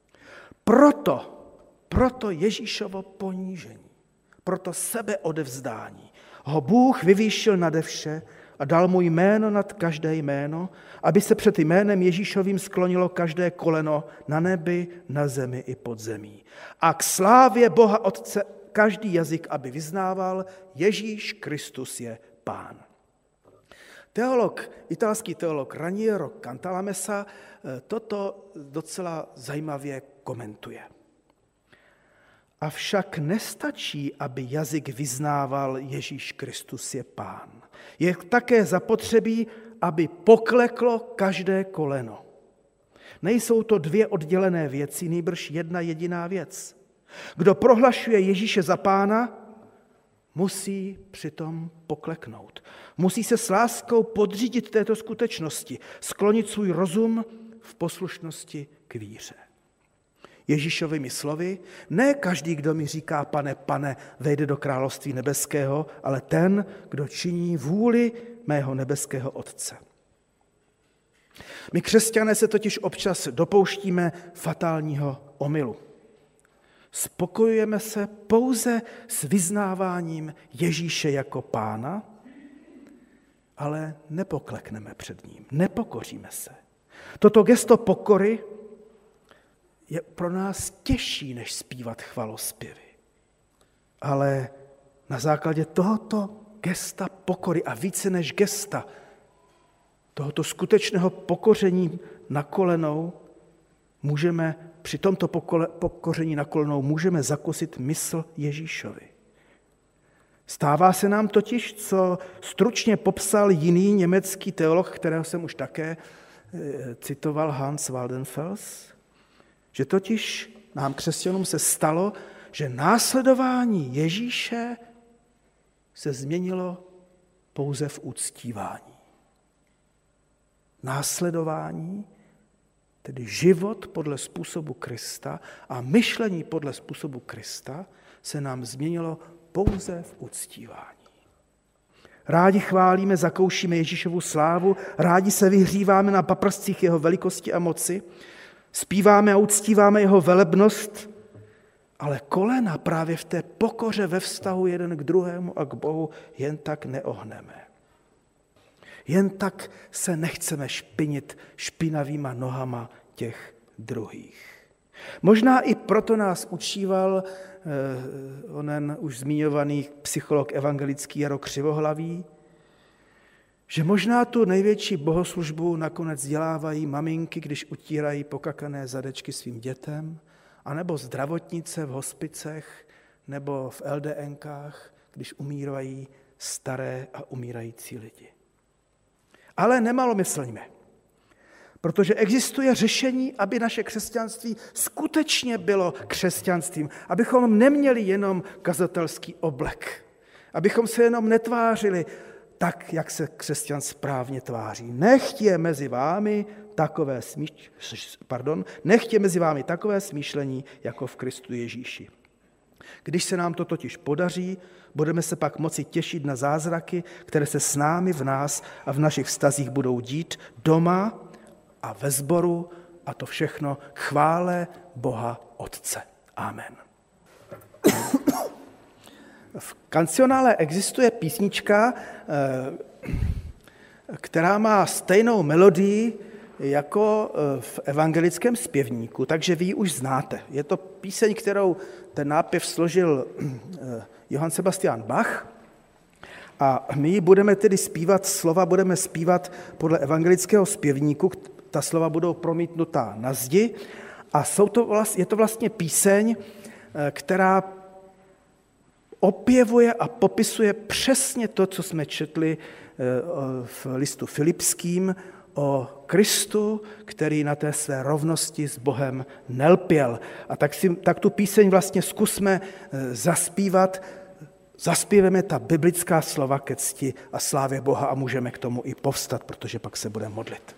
Speaker 1: Proto Ježíšovo ponížení, proto sebeodevzdání ho Bůh vyvýšil nade vše a dal mu jméno nad každé jméno, aby se před jménem Ježíšovým sklonilo každé koleno na nebi, na zemi i pod zemí. A k slávě Boha Otce každý jazyk, aby vyznával, Ježíš Kristus je Pán. Italský teolog Raniero Cantalamessa toto docela zajímavě komentuje. Avšak nestačí, aby jazyk vyznával Ježíš Kristus je Pán. Je také zapotřebí, aby pokleklo každé koleno. Nejsou to dvě oddělené věci, nýbrž jedna jediná věc. Kdo prohlašuje Ježíše za Pána, musí přitom pokleknout. Musí se s láskou podřídit této skutečnosti, sklonit svůj rozum v poslušnosti k víře. Ježíšovými slovy, ne každý, kdo mi říká pane, pane, vejde do království nebeského, ale ten, kdo činí vůli mého nebeského Otce. My křesťané se totiž občas dopouštíme fatálního omylu. Spokojujeme se pouze s vyznáváním Ježíše jako Pána, ale nepoklekneme před ním, nepokoříme se. Toto gesto pokory je pro nás těžší, než zpívat chvalospěvy. Ale na základě tohoto gesta pokory a více než gesta, tohoto skutečného pokoření na kolenou, při tomto pokoření na kolenou můžeme zakosit mysl Ježíšovi. Stává se nám totiž, co stručně popsal jiný německý teolog, kterého jsem už také citoval, Hans Waldenfels, že totiž nám křesťanům se stalo, že následování Ježíše se změnilo pouze v uctívání. Následování Tedy život podle způsobu Krista a myšlení podle způsobu Krista se nám změnilo pouze v uctívání. Rádi chválíme, zakoušíme Ježíšovu slávu, rádi se vyhříváme na paprscích jeho velikosti a moci, zpíváme a uctíváme jeho velebnost, ale kolena právě v té pokoře ve vztahu jeden k druhému a k Bohu jen tak neohneme. Jen tak se nechceme špinit špinavýma nohama těch druhých. Možná i proto nás učíval onen už zmiňovaný psycholog evangelický Jaro Křivohlavý, že možná tu největší bohoslužbu nakonec dělávají maminky, když utírají pokakané zadečky svým dětem, anebo zdravotnice v hospicech nebo v LDNkách, když umírají staré a umírající lidi. Ale nemalomyslňme, protože existuje řešení, aby naše křesťanství skutečně bylo křesťanstvím, abychom neměli jenom kazatelský oblek, abychom se jenom netvářili tak, jak se křesťan správně tváří. Nechť je mezi vámi takové smýšlení, jako v Kristu Ježíši. Když se nám to totiž podaří, budeme se pak moci těšit na zázraky, které se s námi v nás a v našich vztazích budou dít doma a ve sboru, a to všechno k chvále Boha Otce. Amen. V kancionále existuje písnička, která má stejnou melodii jako v evangelickém zpěvníku, takže vy ji už znáte. Je to píseň, kterou ten nápěv složil Johann Sebastian Bach a my ji budeme tedy zpívat, slova budeme zpívat podle evangelického zpěvníku, ta slova budou promítnutá na zdi a je to vlastně píseň, která opěvuje a popisuje přesně to, co jsme četli v listu Filipským o Kristu, který na té své rovnosti s Bohem nelpěl. A tak tu píseň vlastně zkusme zaspívat. Zaspíveme ta biblická slova ke cti a slávě Boha a můžeme k tomu i povstat, protože pak se budeme modlit.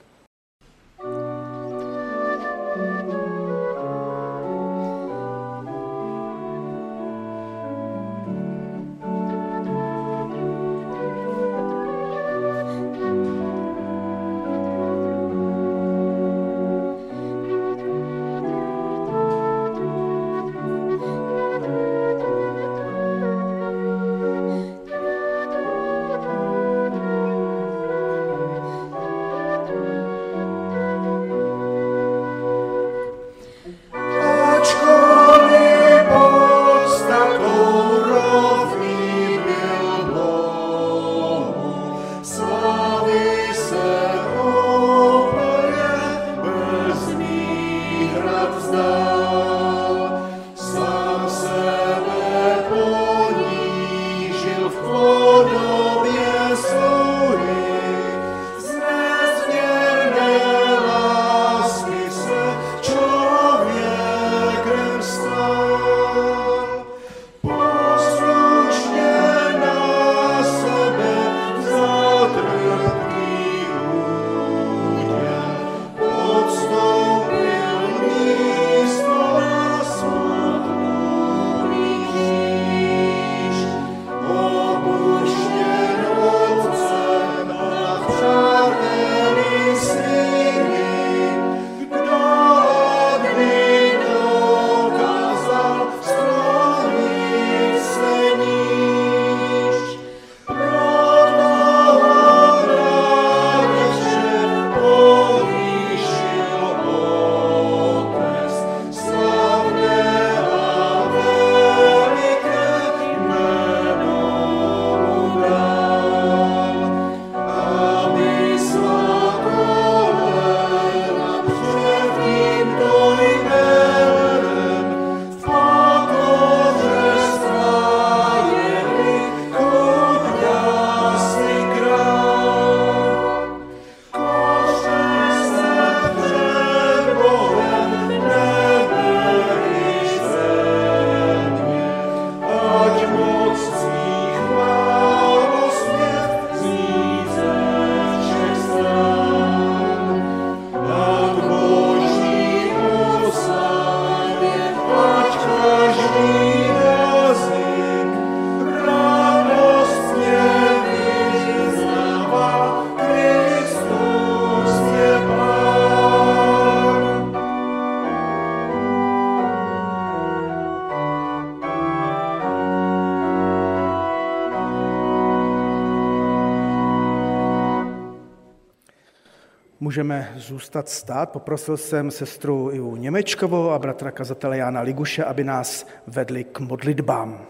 Speaker 1: Můžeme zůstat stát. Poprosil jsem sestru Ivu Němečkovou a bratra kazatele Jána Liguše, aby nás vedli k modlitbám.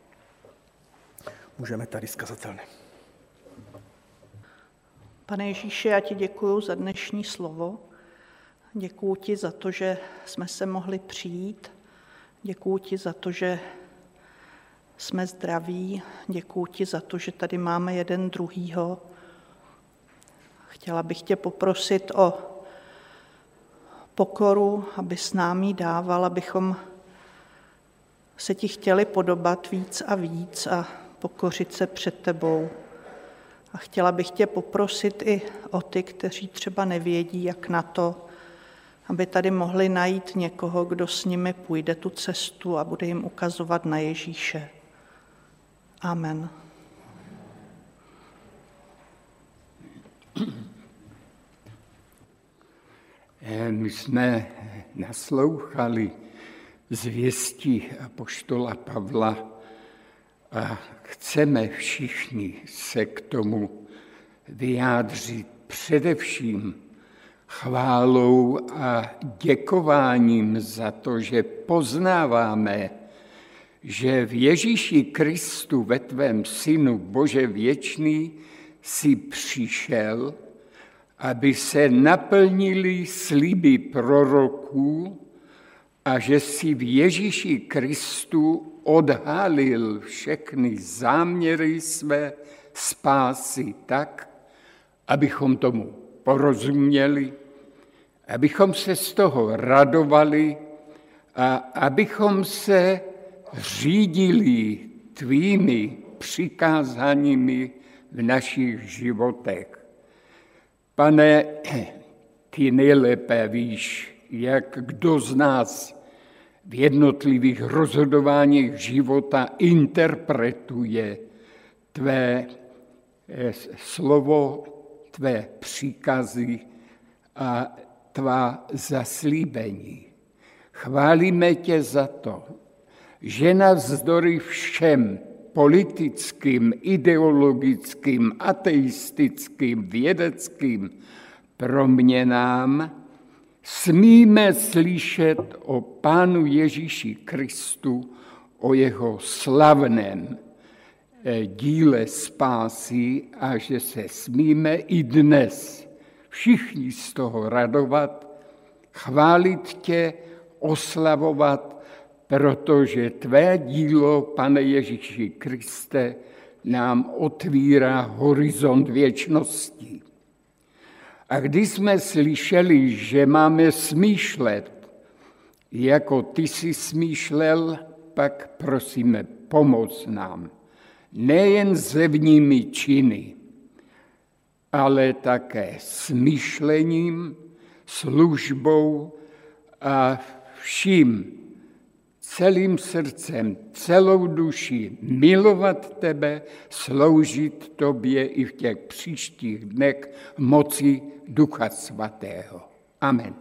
Speaker 1: Můžeme tady z kazatelny.
Speaker 6: Pane Ježíši, já ti děkuju za dnešní slovo. Děkuju ti za to, že jsme se mohli přijít. Děkuju ti za to, že jsme zdraví. Děkuju ti za to, že tady máme jeden druhýho. Chtěla bych tě poprosit o pokoru, aby s námi dával, abychom se ti chtěli podobat víc a pokořit se před tebou. A chtěla bych tě poprosit i o ty, kteří třeba nevědí, jak na to, aby tady mohli najít někoho, kdo s nimi půjde tu cestu a bude jim ukazovat na Ježíše. Amen.
Speaker 7: My jsme naslouchali zvěsti apoštola Pavla a chceme všichni se k tomu vyjádřit především chválou a děkováním za to, že poznáváme, že v Ježíši Kristu, ve tvém Synu Bože věčný, si přišel, aby se naplnili sliby proroků a že si v Ježíši Kristu odhalil všechny záměry své spásy tak, abychom tomu porozuměli, abychom se z toho radovali a abychom se řídili tvými přikázáními v našich životech. Pane, ty nejlépe víš, jak kdo z nás v jednotlivých rozhodováních života interpretuje tvé slovo, tvé příkazy a tvá zaslíbení. Chválíme tě za to, že navzdory všem politickým, ideologickým, ateistickým, vědeckým proměnám smíme slyšet o Pánu Ježíši Kristu, o jeho slavném díle spásy a že se smíme i dnes všichni z toho radovat, chválit tě, oslavovat, protože tvé dílo, Pane Ježíši Kriste, nám otvírá horizont věčnosti. A když jsme slyšeli, že máme smýšlet, jako ty jsi smýšlel, pak prosíme, pomoc nám. Nejen zevními činy, ale také smýšlením, službou a vším, celým srdcem, celou duší milovat tebe, sloužit tobě i v těch příštích dnech moci Ducha Svatého. Amen.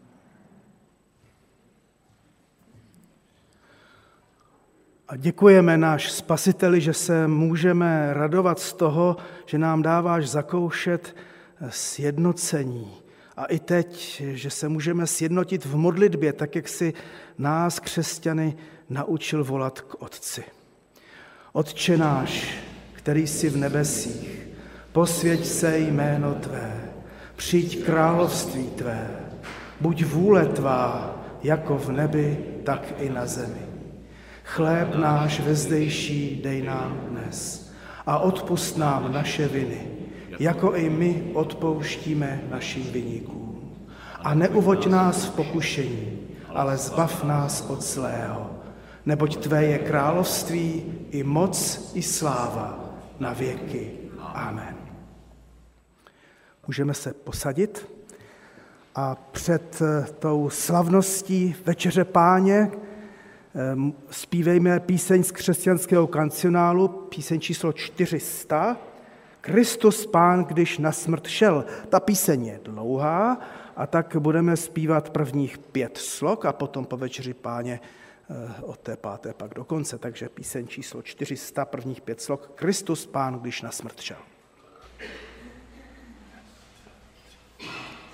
Speaker 1: A děkujeme, náš Spasiteli, že se můžeme radovat z toho, že nám dáváš zakoušet sjednocení. A i teď, že se můžeme sjednotit v modlitbě, tak jak si nás, křesťany, naučil volat k Otci. Otče náš, který jsi v nebesích, posvěť se jméno tvé, přijď království tvé, buď vůle tvá, jako v nebi, tak i na zemi. Chléb náš vezdejší dej nám dnes a odpusť nám naše viny, jako i my odpouštíme našim viníkům. A neuvoď nás v pokušení, ale zbav nás od zlého, neboť tvé je království i moc i sláva na věky. Amen. Můžeme se posadit a před tou slavností Večeře Páně zpívejme píseň z křesťanského kancionálu, píseň číslo 400, Kristus Pán, když na smrt šel. Ta píseň je dlouhá a tak budeme zpívat prvních 5 slok a potom po Večeři Páně od té 5. pak do konce. Takže píseň číslo 400, prvních 5 slok, Kristus Pán, když na smrt šel.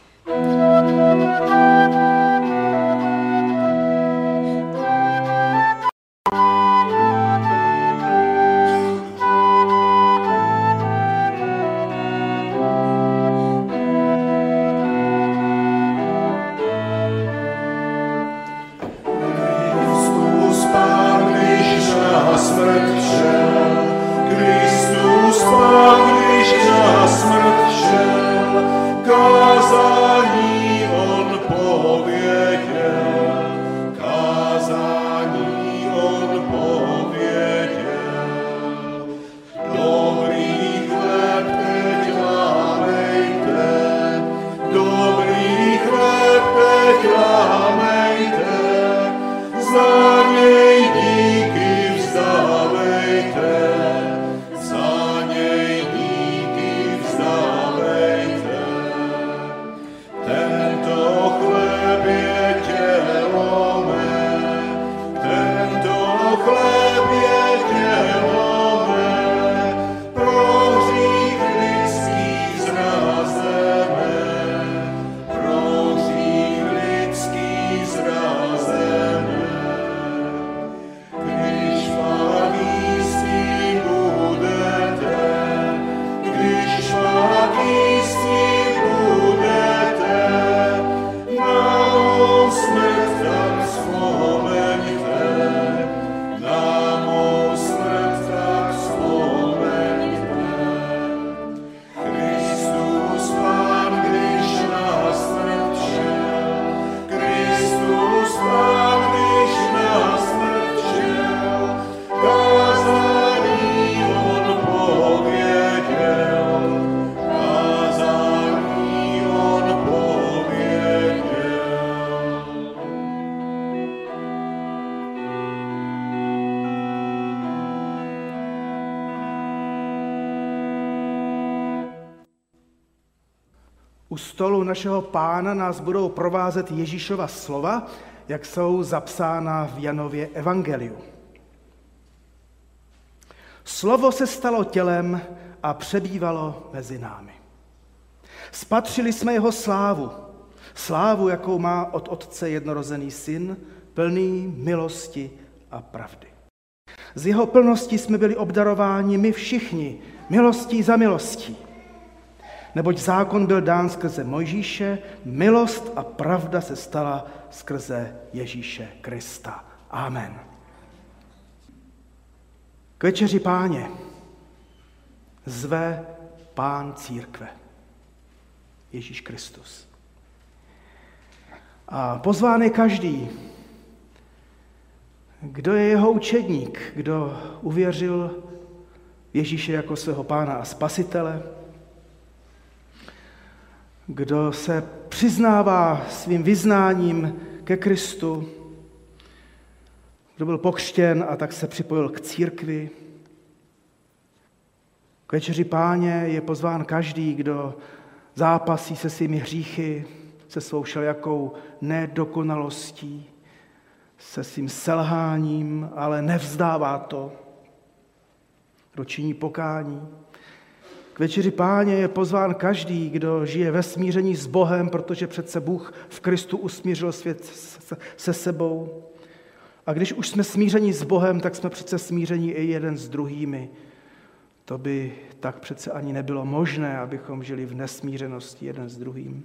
Speaker 1: U stolu našeho Pána nás budou provázet Ježíšova slova, jak jsou zapsána v Janově evangeliu. Slovo se stalo tělem a přebývalo mezi námi. Spatřili jsme jeho slávu, slávu, jakou má od Otce jednorozený syn, plný milosti a pravdy. Z jeho plnosti jsme byli obdarováni my všichni, milostí za milostí. Neboť zákon byl dán skrze Mojžíše, milost a pravda se stala skrze Ježíše Krista. Amen. K večeři Páně zve Pán církve, Ježíš Kristus. A pozván je každý, kdo je jeho učedník, kdo uvěřil Ježíše jako svého Pána a Spasitele, kdo se přiznává svým vyznáním ke Kristu, kdo byl pokřtěn a tak se připojil k církvi. K večeři Páně je pozván každý, kdo zápasí se svými hříchy, se svou všelijakou nedokonalostí, se svým selháním, ale nevzdává to, kdo činí pokání. K večeři Páně je pozván každý, kdo žije ve smíření s Bohem, protože přece Bůh v Kristu usmířil svět se sebou. A když už jsme smíření s Bohem, tak jsme přece smíření i jeden s druhými. To by tak přece ani nebylo možné, abychom žili v nesmířenosti jeden s druhým.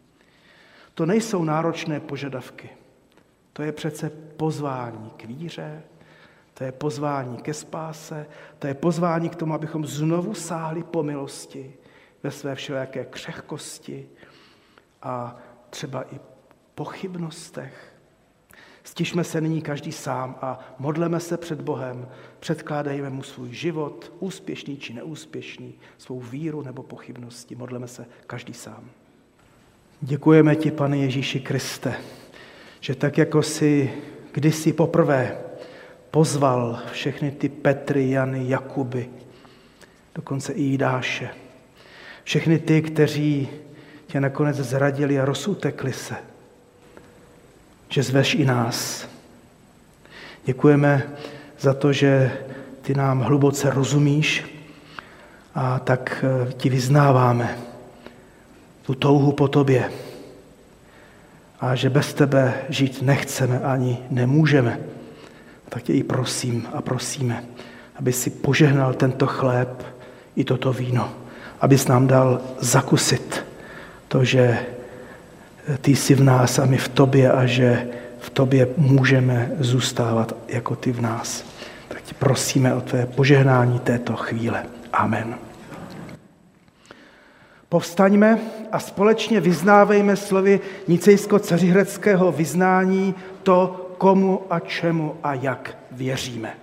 Speaker 1: To nejsou náročné požadavky. To je přece pozvání k víře, to je pozvání ke spáse, to je pozvání k tomu, abychom znovu sáhli po milosti ve své všelijaké křehkosti a třeba i pochybnostech. Stišme se nyní každý sám a modleme se před Bohem, předkládejme mu svůj život, úspěšný či neúspěšný, svou víru nebo pochybnosti. Modleme se každý sám. Děkujeme ti, Pane Ježíši Kriste, že tak, jako jsi kdysi poprvé pozval všechny ty Petry, Jany, Jakuby, dokonce i Jidáše, všechny ty, kteří tě nakonec zradili a rozutekli se, že zveš i nás. Děkujeme za to, že ty nám hluboce rozumíš a tak ti vyznáváme tu touhu po tobě a že bez tebe žít nechceme ani nemůžeme. Tak tě i prosím a prosíme, aby si požehnal tento chléb i toto víno, abys nám dal zakusit to, že ty jsi v nás a my v tobě a že v tobě můžeme zůstávat jako ty v nás. Tak ti prosíme o tvé požehnání této chvíle. Amen. Povstaňme a společně vyznávejme slovy nicejsko-cařihradského vyznání to, komu a čemu a jak věříme.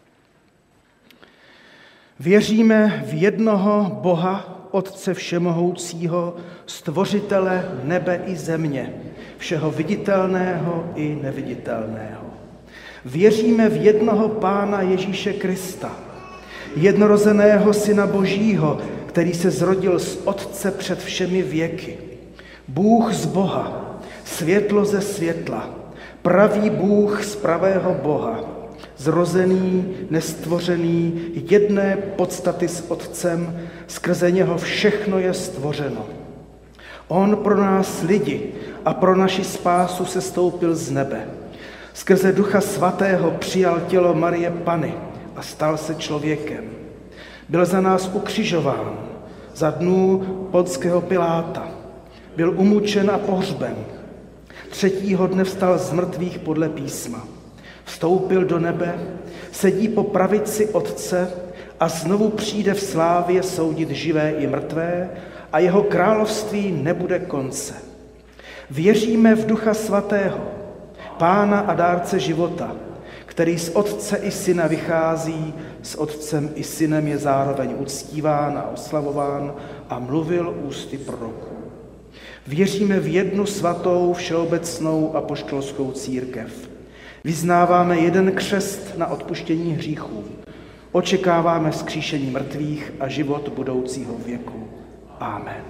Speaker 1: Věříme v jednoho Boha, Otce všemohoucího, stvořitele nebe i země, všeho viditelného i neviditelného. Věříme v jednoho Pána Ježíše Krista, jednorozeného Syna Božího, který se zrodil z Otce před všemi věky. Bůh z Boha, světlo ze světla, pravý Bůh z pravého Boha, zrozený, nestvořený, jedné podstaty s Otcem, skrze něho všechno je stvořeno. On pro nás lidi a pro naši spásu sestoupil z nebe. Skrze Ducha Svatého přijal tělo Marie Panny a stal se člověkem. Byl za nás ukřižován za dnů Pontského Piláta. Byl umučen a pohřben. 3. dne vstal z mrtvých podle písma. Vstoupil do nebe, sedí po pravici Otce a znovu přijde v slávě soudit živé i mrtvé a jeho království nebude konce. Věříme v Ducha Svatého, Pána a dárce života, který z Otce i Syna vychází, s Otcem i Synem je zároveň uctíván a oslavován a mluvil ústy proroků. Věříme v jednu svatou, všeobecnou apoštolskou církev. Vyznáváme jeden křest na odpuštění hříchů. Očekáváme vzkříšení mrtvých a život budoucího věku. Amen.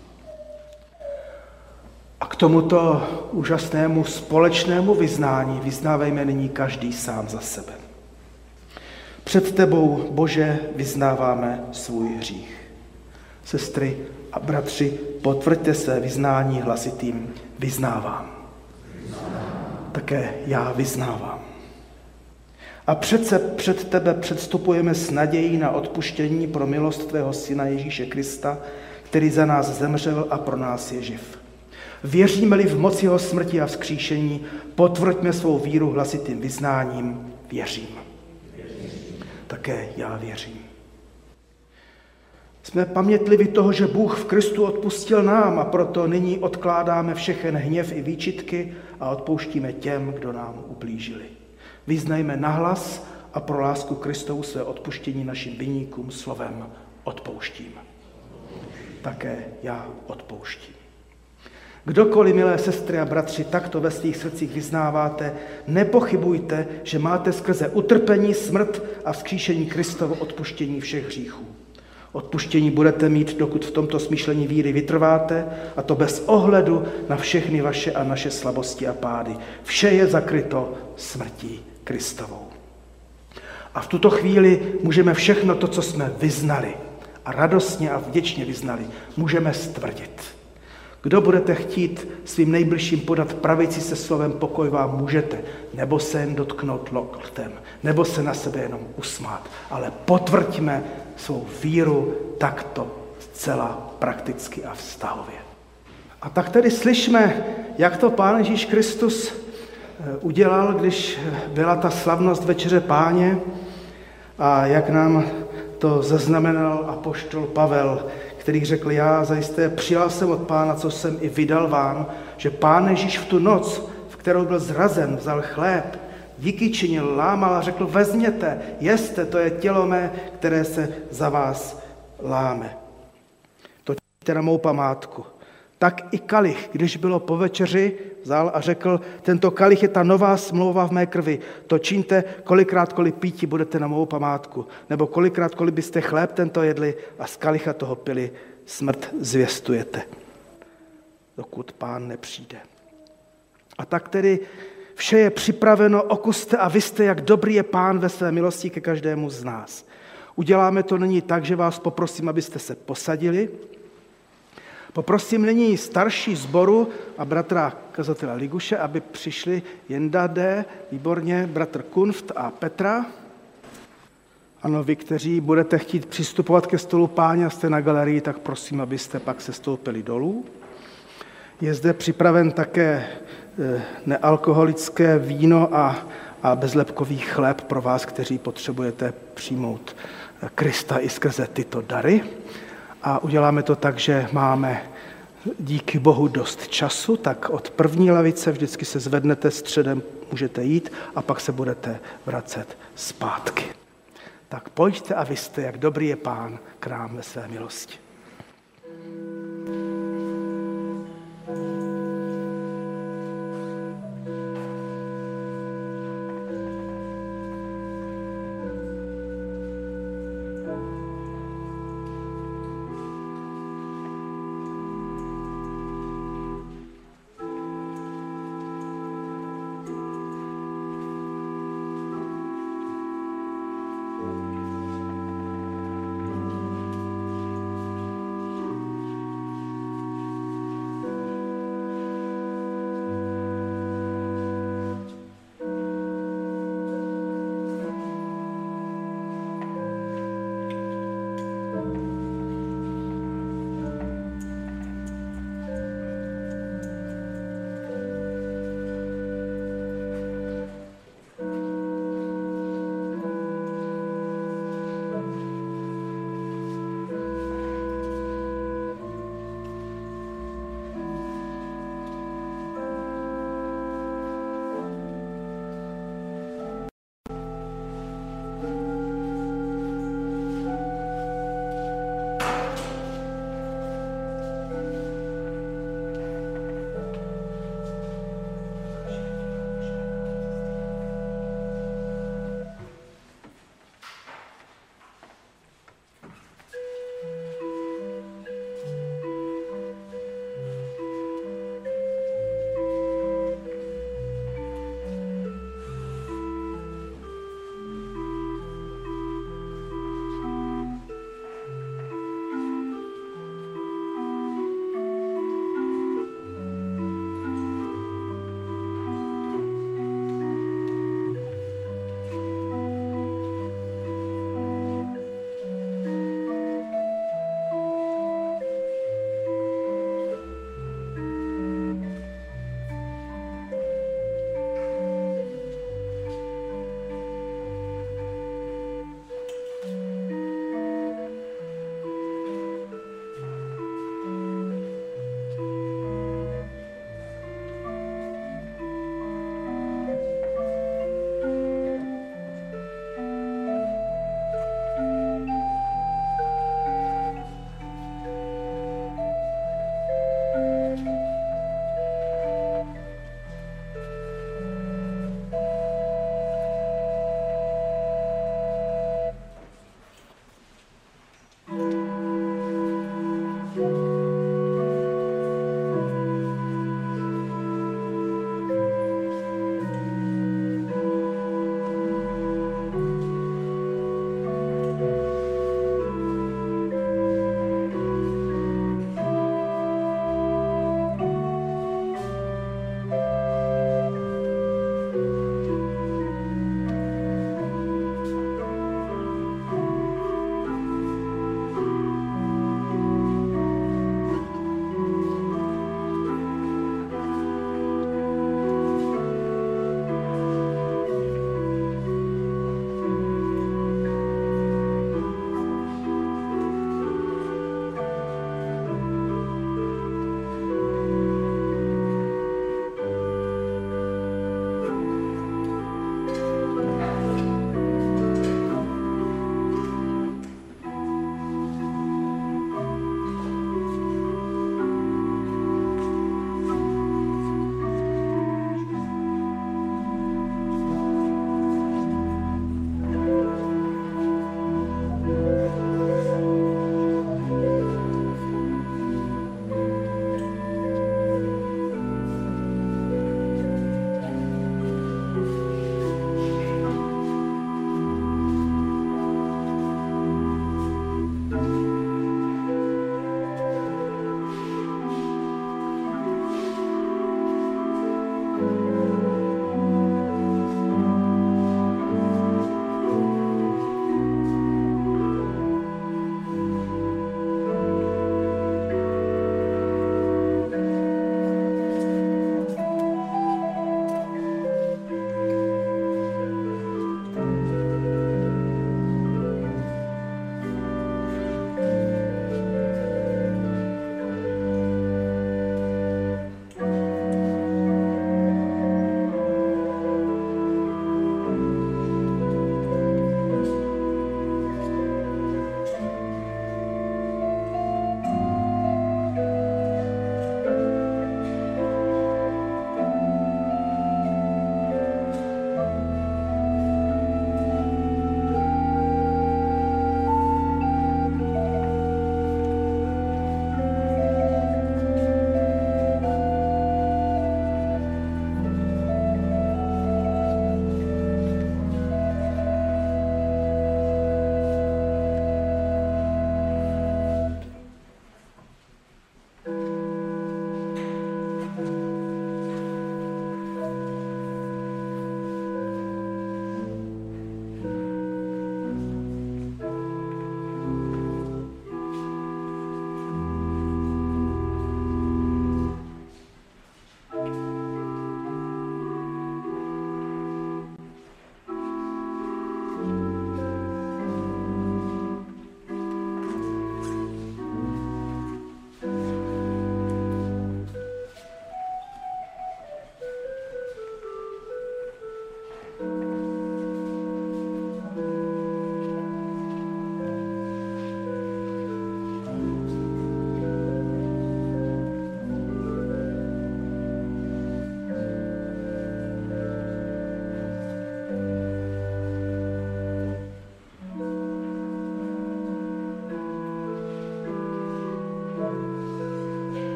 Speaker 1: A k tomuto úžasnému společnému vyznání vyznávejme nyní každý sám za sebe. Před tebou, Bože, vyznáváme svůj hřích. Sestry a bratři, potvrďte své vyznání hlasitým vyznávám. Také já vyznávám. A přece před tebe předstupujeme s nadějí na odpuštění pro milost tvého Syna Ježíše Krista, který za nás zemřel a pro nás je živ. Věříme-li v moc jeho smrti a vzkříšení, potvrďme svou víru hlasitým vyznáním věřím. Také já věřím. Jsme pamětlivi toho, že Bůh v Kristu odpustil nám a proto nyní odkládáme všechen hněv i výčitky a odpouštíme těm, kdo nám ublížili. Vyznajme nahlas a pro lásku Kristovu své odpuštění našim viníkům slovem odpouštím. Také já odpouštím. Kdokoliv, milé sestry a bratři, takto ve svých srdcích vyznáváte, nepochybujte, že máte skrze utrpení, smrt a vzkříšení Kristovo odpuštění všech hříchů. Odpuštění budete mít, dokud v tomto smýšlení víry vytrváte, a to bez ohledu na všechny vaše a naše slabosti a pády. Vše je zakryto smrtí Kristovou. A v tuto chvíli můžeme všechno to, co jsme vyznali a radostně a vděčně vyznali, můžeme stvrdit. Kdo budete chtít svým nejbližším podat pravici se slovem pokoj vám můžete, nebo se jen dotknout loktem, nebo se na sebe jenom usmát, ale potvrďme svou víru takto zcela prakticky a vztahově. A tak tedy slyšme, jak to Pán Ježíš Kristus udělal, když byla ta slavnost Večeře Páně a jak nám to zaznamenal apoštol Pavel, který řekl, já zajisté přijal jsem od Pána, co jsem i vydal vám, že Pán Ježíš v tu noc, v kterou byl zrazen, vzal chléb, díky činil, lámal a řekl, vezměte, jeste, to je tělo mé, které se za vás láme. To čiňte na mou památku. Tak i kalich, když bylo po večeři, vzal a řekl, tento kalich je ta nová smlouva v mé krvi. To čiňte, kolikrát, kolik píti budete na mou památku. Nebo kolikrát, kolik byste chléb tento jedli a z kalicha toho pili, smrt zvěstujete, dokud Pán nepřijde. A tak tedy vše je připraveno, okuste a vyste, jak dobrý je Pán ve své milosti ke každému z nás. Uděláme to nyní tak, že vás poprosím, abyste se posadili. Poprosím nyní starší sboru a bratra kazatele Liguše, aby přišli Jenda D., výborně, bratr Kunft a Petra. Ano, vy, kteří budete chtít přistupovat ke stolu Páně a jste na galerii, tak prosím, abyste pak se stoupili dolů. Je zde připraven také nealkoholické víno a bezlepkový chléb pro vás, kteří potřebujete přijmout Krista i skrze tyto dary. A uděláme to tak, že máme díky Bohu dost času, tak od první lavice vždycky se zvednete, středem můžete jít a pak se budete vracet zpátky. Tak pojďte a vyste, jak dobrý je Pán k nám ve své milosti.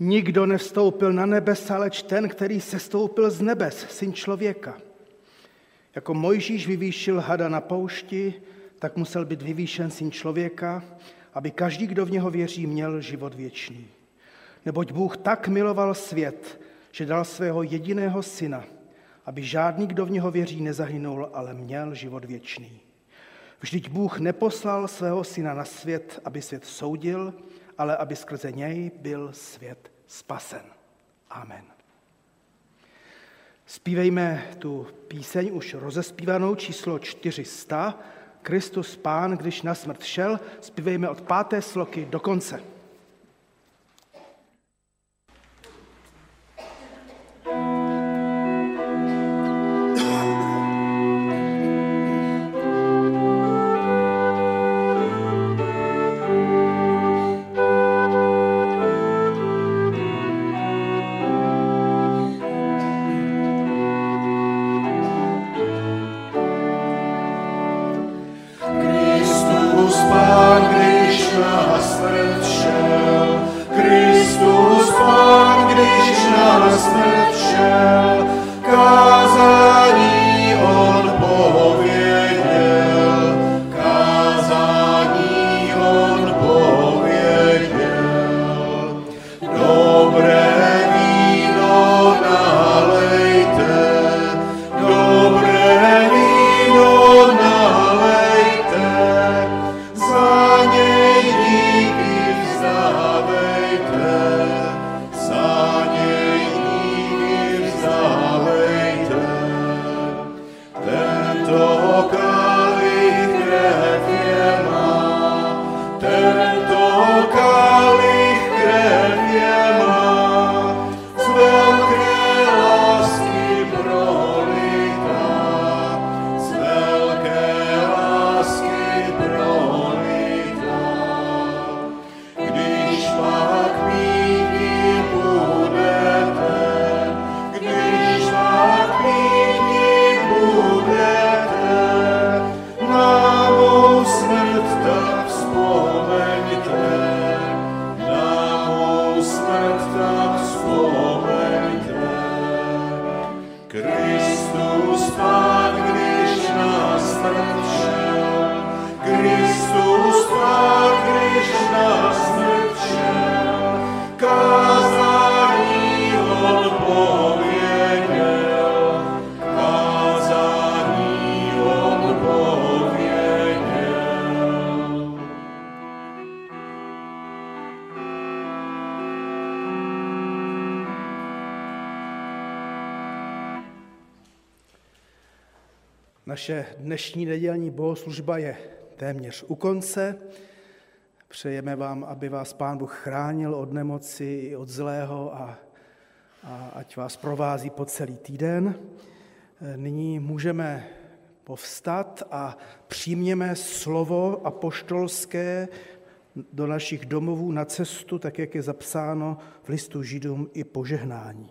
Speaker 1: Nikdo nevstoupil na nebesa, leč ten, který sestoupil z nebes, Syn člověka. Jako Mojžíš vyvýšil hada na poušti, tak musel být vyvýšen Syn člověka, aby každý, kdo v něho věří, měl život věčný. Neboť Bůh tak miloval svět, že dal svého jediného syna, aby žádný, kdo v něho věří, nezahynul, ale měl život věčný. Vždyť Bůh neposlal svého syna na svět, aby svět soudil, ale aby skrze něj byl svět spasen. Amen. Zpívejme tu píseň už rozespívanou číslo 400, Kristus Pán, když na smrt šel. Zpívejme od 5. sloky do konce. Naše dnešní nedělní bohoslužba je téměř u konce. Přejeme vám, aby vás Pán Bůh chránil od nemoci i od zlého a ať vás provází po celý týden. Nyní můžeme povstat a přijměme slovo apoštolské do našich domovů na cestu, tak jak je zapsáno v listu Židům i požehnání.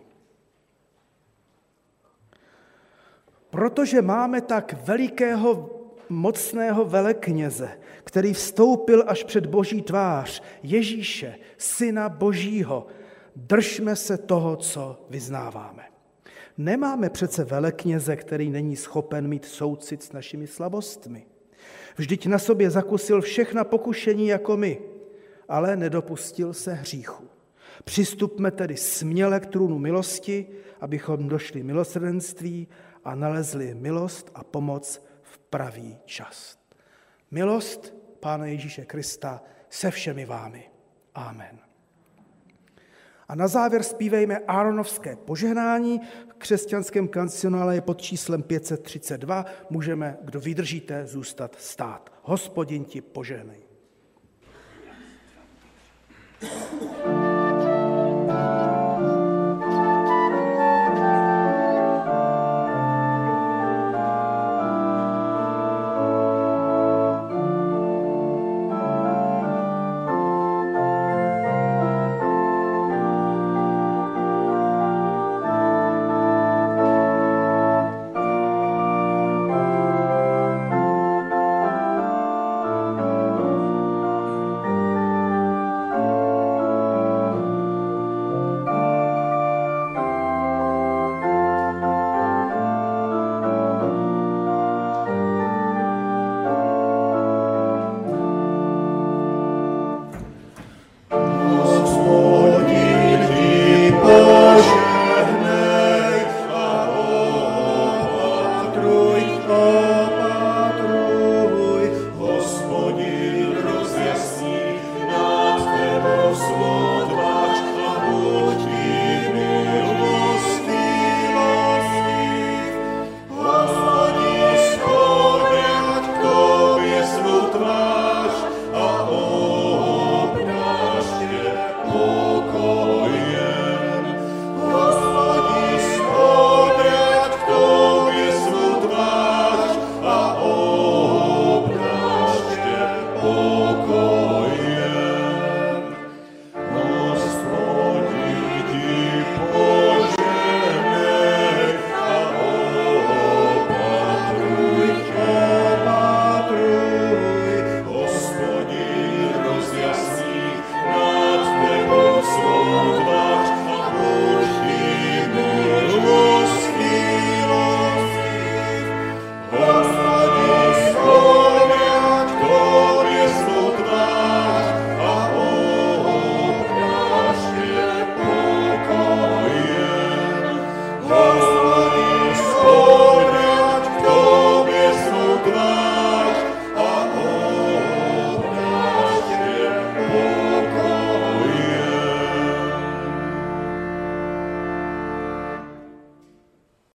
Speaker 1: Protože máme tak velikého, mocného velekněze, který vstoupil až před Boží tvář, Ježíše, Syna Božího, držme se toho, co vyznáváme. Nemáme přece velekněze, který není schopen mít soucit s našimi slabostmi. Vždyť na sobě zakusil všechna pokušení jako my, ale nedopustil se hříchu. Přistupme tedy směle k trůnu milosti, abychom došli milosrdenství a nalezli milost a pomoc v pravý čas. Milost Pána Ježíše Krista se všemi vámi. Amen. A na závěr zpívejme Áronovské požehnání. V křesťanském kancionále je pod číslem 532. Můžeme, kdo vydržíte, zůstat stát. Hospodin ti požehnej.